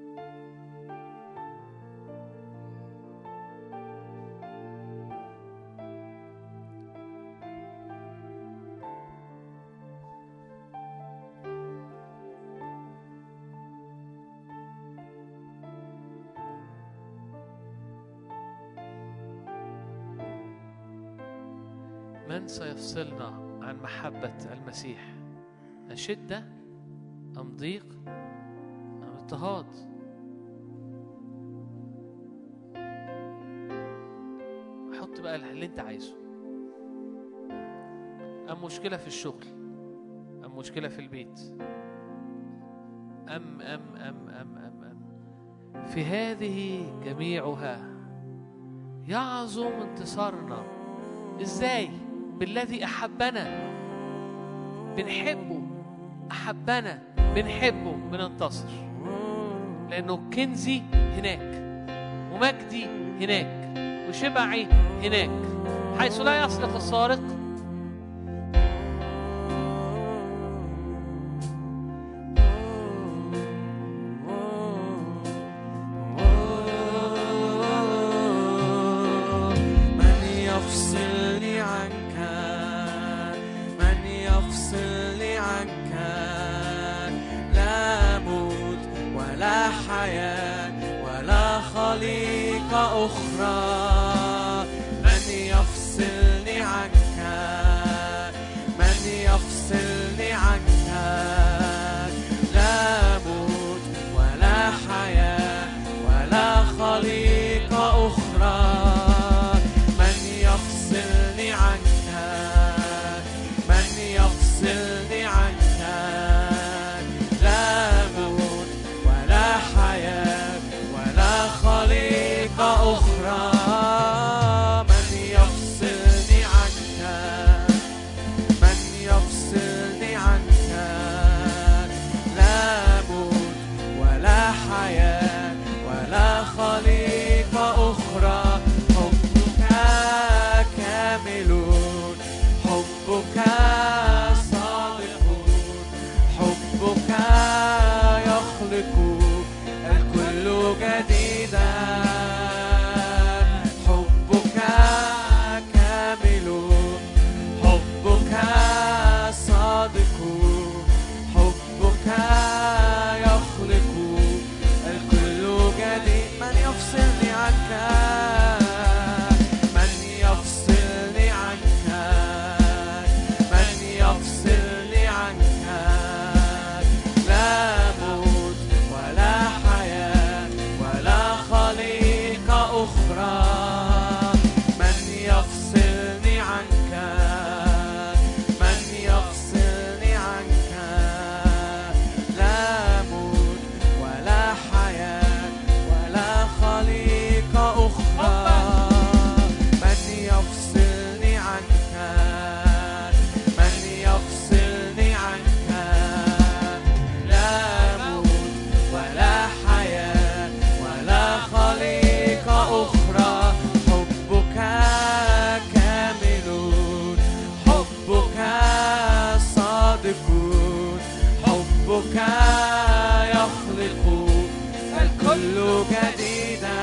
من سيفصلنا عن محبة المسيح؟ أم شدة أم ضيق أم اضطهاد؟ حط بقى اللي انت عايزه. أم مشكلة في الشغل، أم مشكلة في البيت، أم أم أم أم أم, أم. في هذه جميعها يعظم انتصارنا. إزاي؟ بالذي أحبنا، بنحبه، أحبنا بنحبه، بننتصر، لأنه كنزي هناك ومجدي هناك وشبعي هناك، حيث لا يسرق السارق أخرى. من يفصلني عنك، من يفصلني عنك، لا موت ولا حياة ولا خليقة أخرى. من يفصلني عنك، من يفصلني عنك، لا موت ولا حياة ولا خليقة أخرى. من يفصلني عنك، من يفصلني عنك، لا موت ولا حياة ولا خليقة أخرى. حبك كامل، حبك صادق، حبك يخلق الكل جديدا. حبك كامل، حبك صادق، حبك يخلق الكل جديد. من يفصلني عنك، من يفصلني عنك، من يفصلني عنك، لا موت ولا حياة ولا خليقة أخرى. من يفصلني عنك، من يفصلني عنك، لا موت ولا حياة ولا خليقة أخرى. من يفصلني عنك، من يفصلني عنك، لا موت ولا حياة ولا خليقة أخرى. حبك كامل، حبك صادق، حبك يخلق الكل جديدا.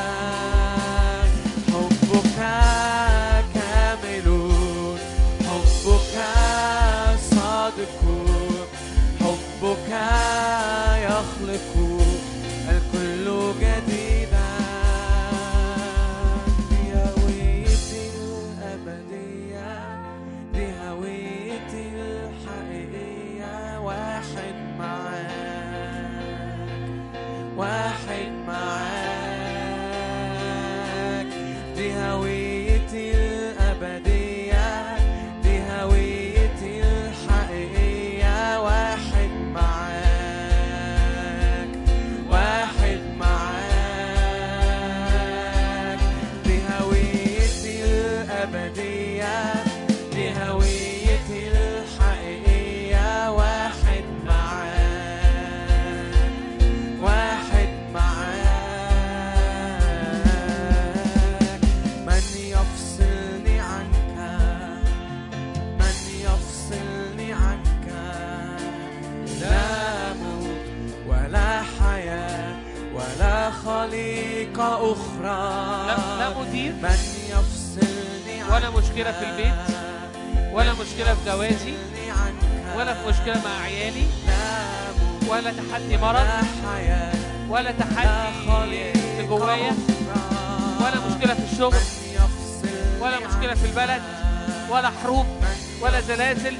حبك كامل، حبك صادق، حبك يخلق الكل جديدا. دي هويتي الأبدية، دي هويتي الحقيقية، واحد معاك، واحد معاك. دي هويتي البيت من يفصلني ولا مشكلة في البيت ولا مشكلة في جوازي ولا في مشكلة مع عيالي ولا تحدي مرض ولا تحدي في جوايا ولا مشكلة في الشغل ولا مشكلة في البلد ولا حروب ولا زلازل.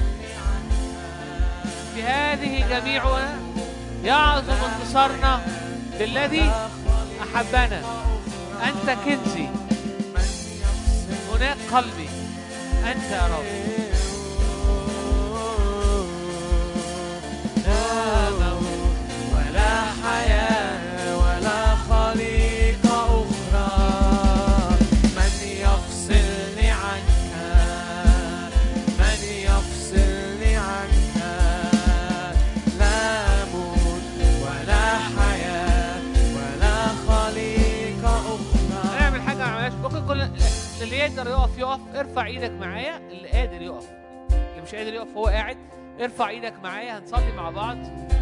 في هذه جميعها يعظم انتصارنا بالذي أحبنا. أنت كنزي، هناك قلبي، أنت يا رب. لا موت ولا حياة ولا خليقة أخرى من يفصلني عنك، من يفصلني عنك. لا موت ولا حياة ولا خليقة أخرى. نعمل حاجة ما عملهاش. ممكن كل اللي يقدر يقف يقف. ارفع ايدك معايا. اللي قادر يقف، اللي مش قادر يقف هو قاعد. ارفع ايدك معايا، هنصلي مع بعض.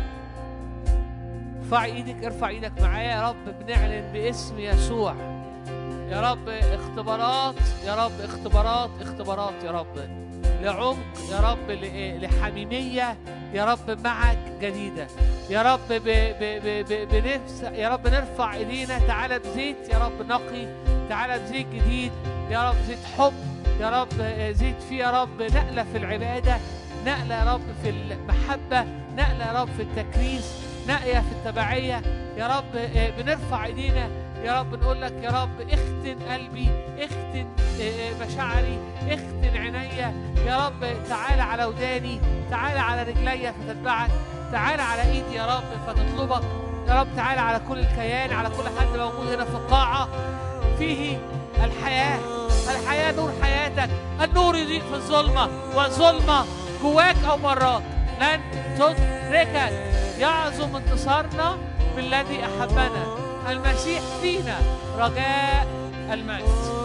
ارفع ايدك، ارفع ايدك معايا. يا رب بنعلن باسم يسوع يا رب اختبارات، يا رب اختبارات اختبارات يا رب لعمق، يا رب لحميمية يا رب معك جديدة يا رب. ب ب ب ب بنفس يا رب نرفع ايدينا. تعالى بزيت يا رب نقي، تعالى بزيت جديد يا رب، زيت حب يا رب، زيت فيه يا رب نقلة في العبادة، نقلة يا رب في المحبة، نقلة يا رب في التكريس، نقلة في التبعية يا رب. بنرفع ايدينا يا رب نقول لك يا رب اختن قلبي، اختن مشاعري، اختن عينيا يا رب. تعالى على وداني، تعالى على رجلي فتتبعك، تعالى على ايدي يا رب فتطلبك يا رب. تعالى على كل الكيان، على كل حد موجود هنا في القاعة. فيه الحياة، الحياة نور حياتك. النور يضيء في الظلمة، والظلمة جواك أو براك لن تدركك. يعظم انتصارنا بالذي أحبنا. المسيح فينا رجاء المجد.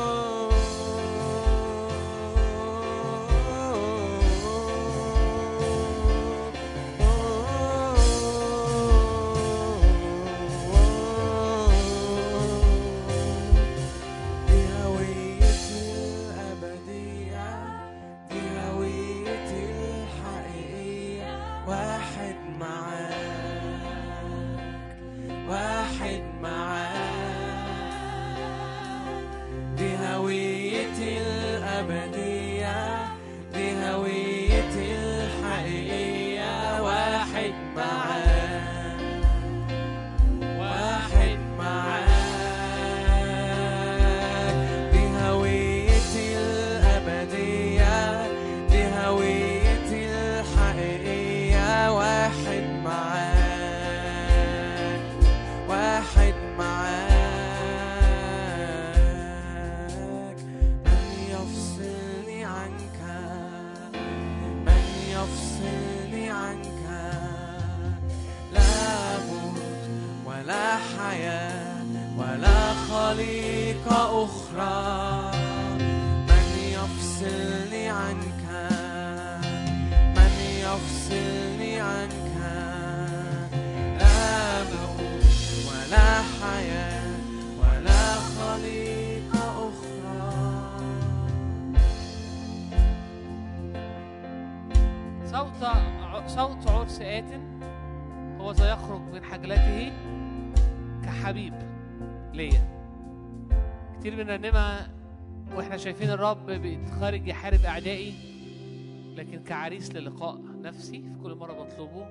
صوت عرس آت هو ذا يخرج من حجلته كحبيب ليا. كتير بنرنمها واحنا شايفين الرب بيتخارج يحارب أعدائي، لكن كعريس للقاء نفسي في كل مرة بطلبه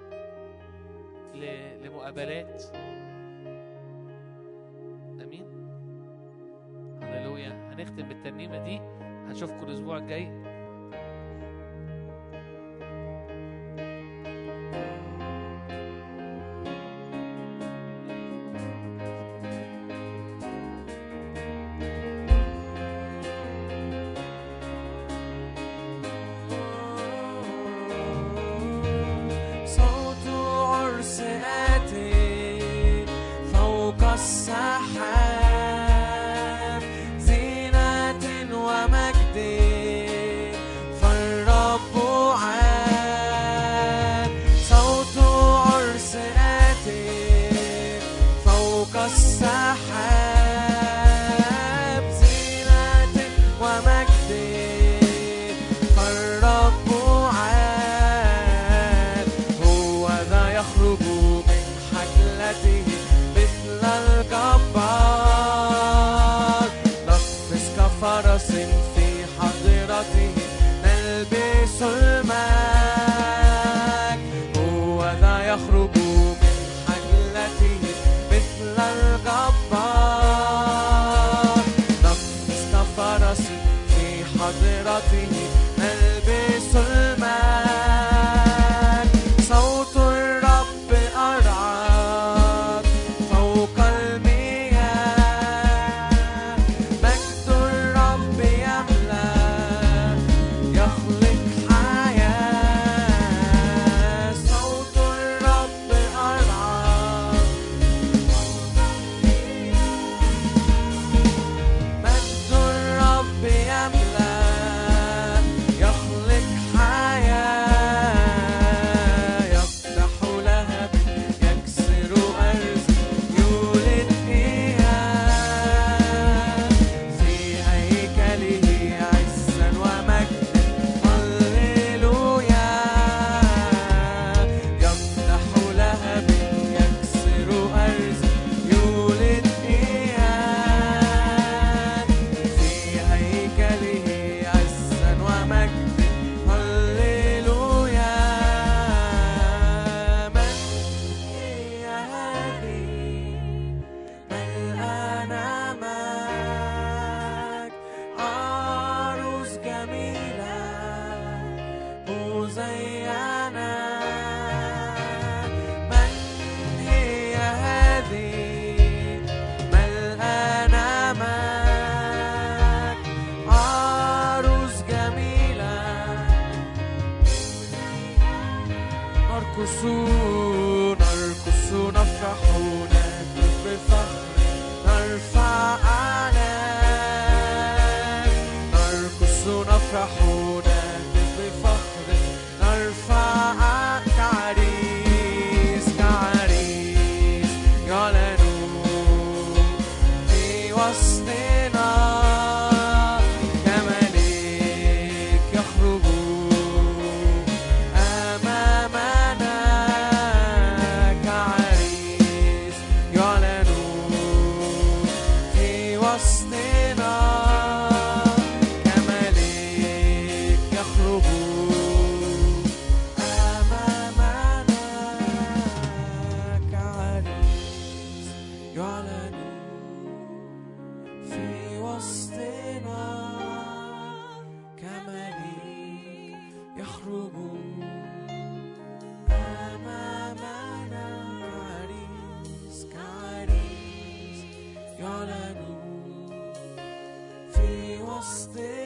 لمقابلات. أمين. هللويا. هنختم بالترنيمة دي، هنشوفكم الأسبوع الجاي. السحاب زينة ومجد كفرس في حضرته نلبس المجد هو ذا يخرج من حجلته مثل الجبار نقفز كفرس في حضرته نلبس المجد صوت الرب أرعد فوق المياه مجد الرب يملأ يخلق حياة صوت الرب أرعد مجد الرب يملأ يخلق حياة يفتح لهب يكسر أرز يولد إياه في هيكله عزا ومجدا هللويا يفتح لهب يكسر أرز يولد إياه في هيكله عزا ومجدا هللويا من هي هذه ملآنة مجد عروس جميلة مزينة من هي هذه ملآنة مجد عروس جميلة نرقص نرقص نفرح نهتف بفخر نرفع أعلام نرقص نفرح نهتف بفخر نرفع أع- كعريس كعريس يعلن في وسطنا كملك يخرج أمامنا كعريس يعلن في وسطنا كملك يخرج أمامنا كعريس يعلن في وسطنا كملك يخرج أمامنا كعريس كعريس يعلن في وسطنا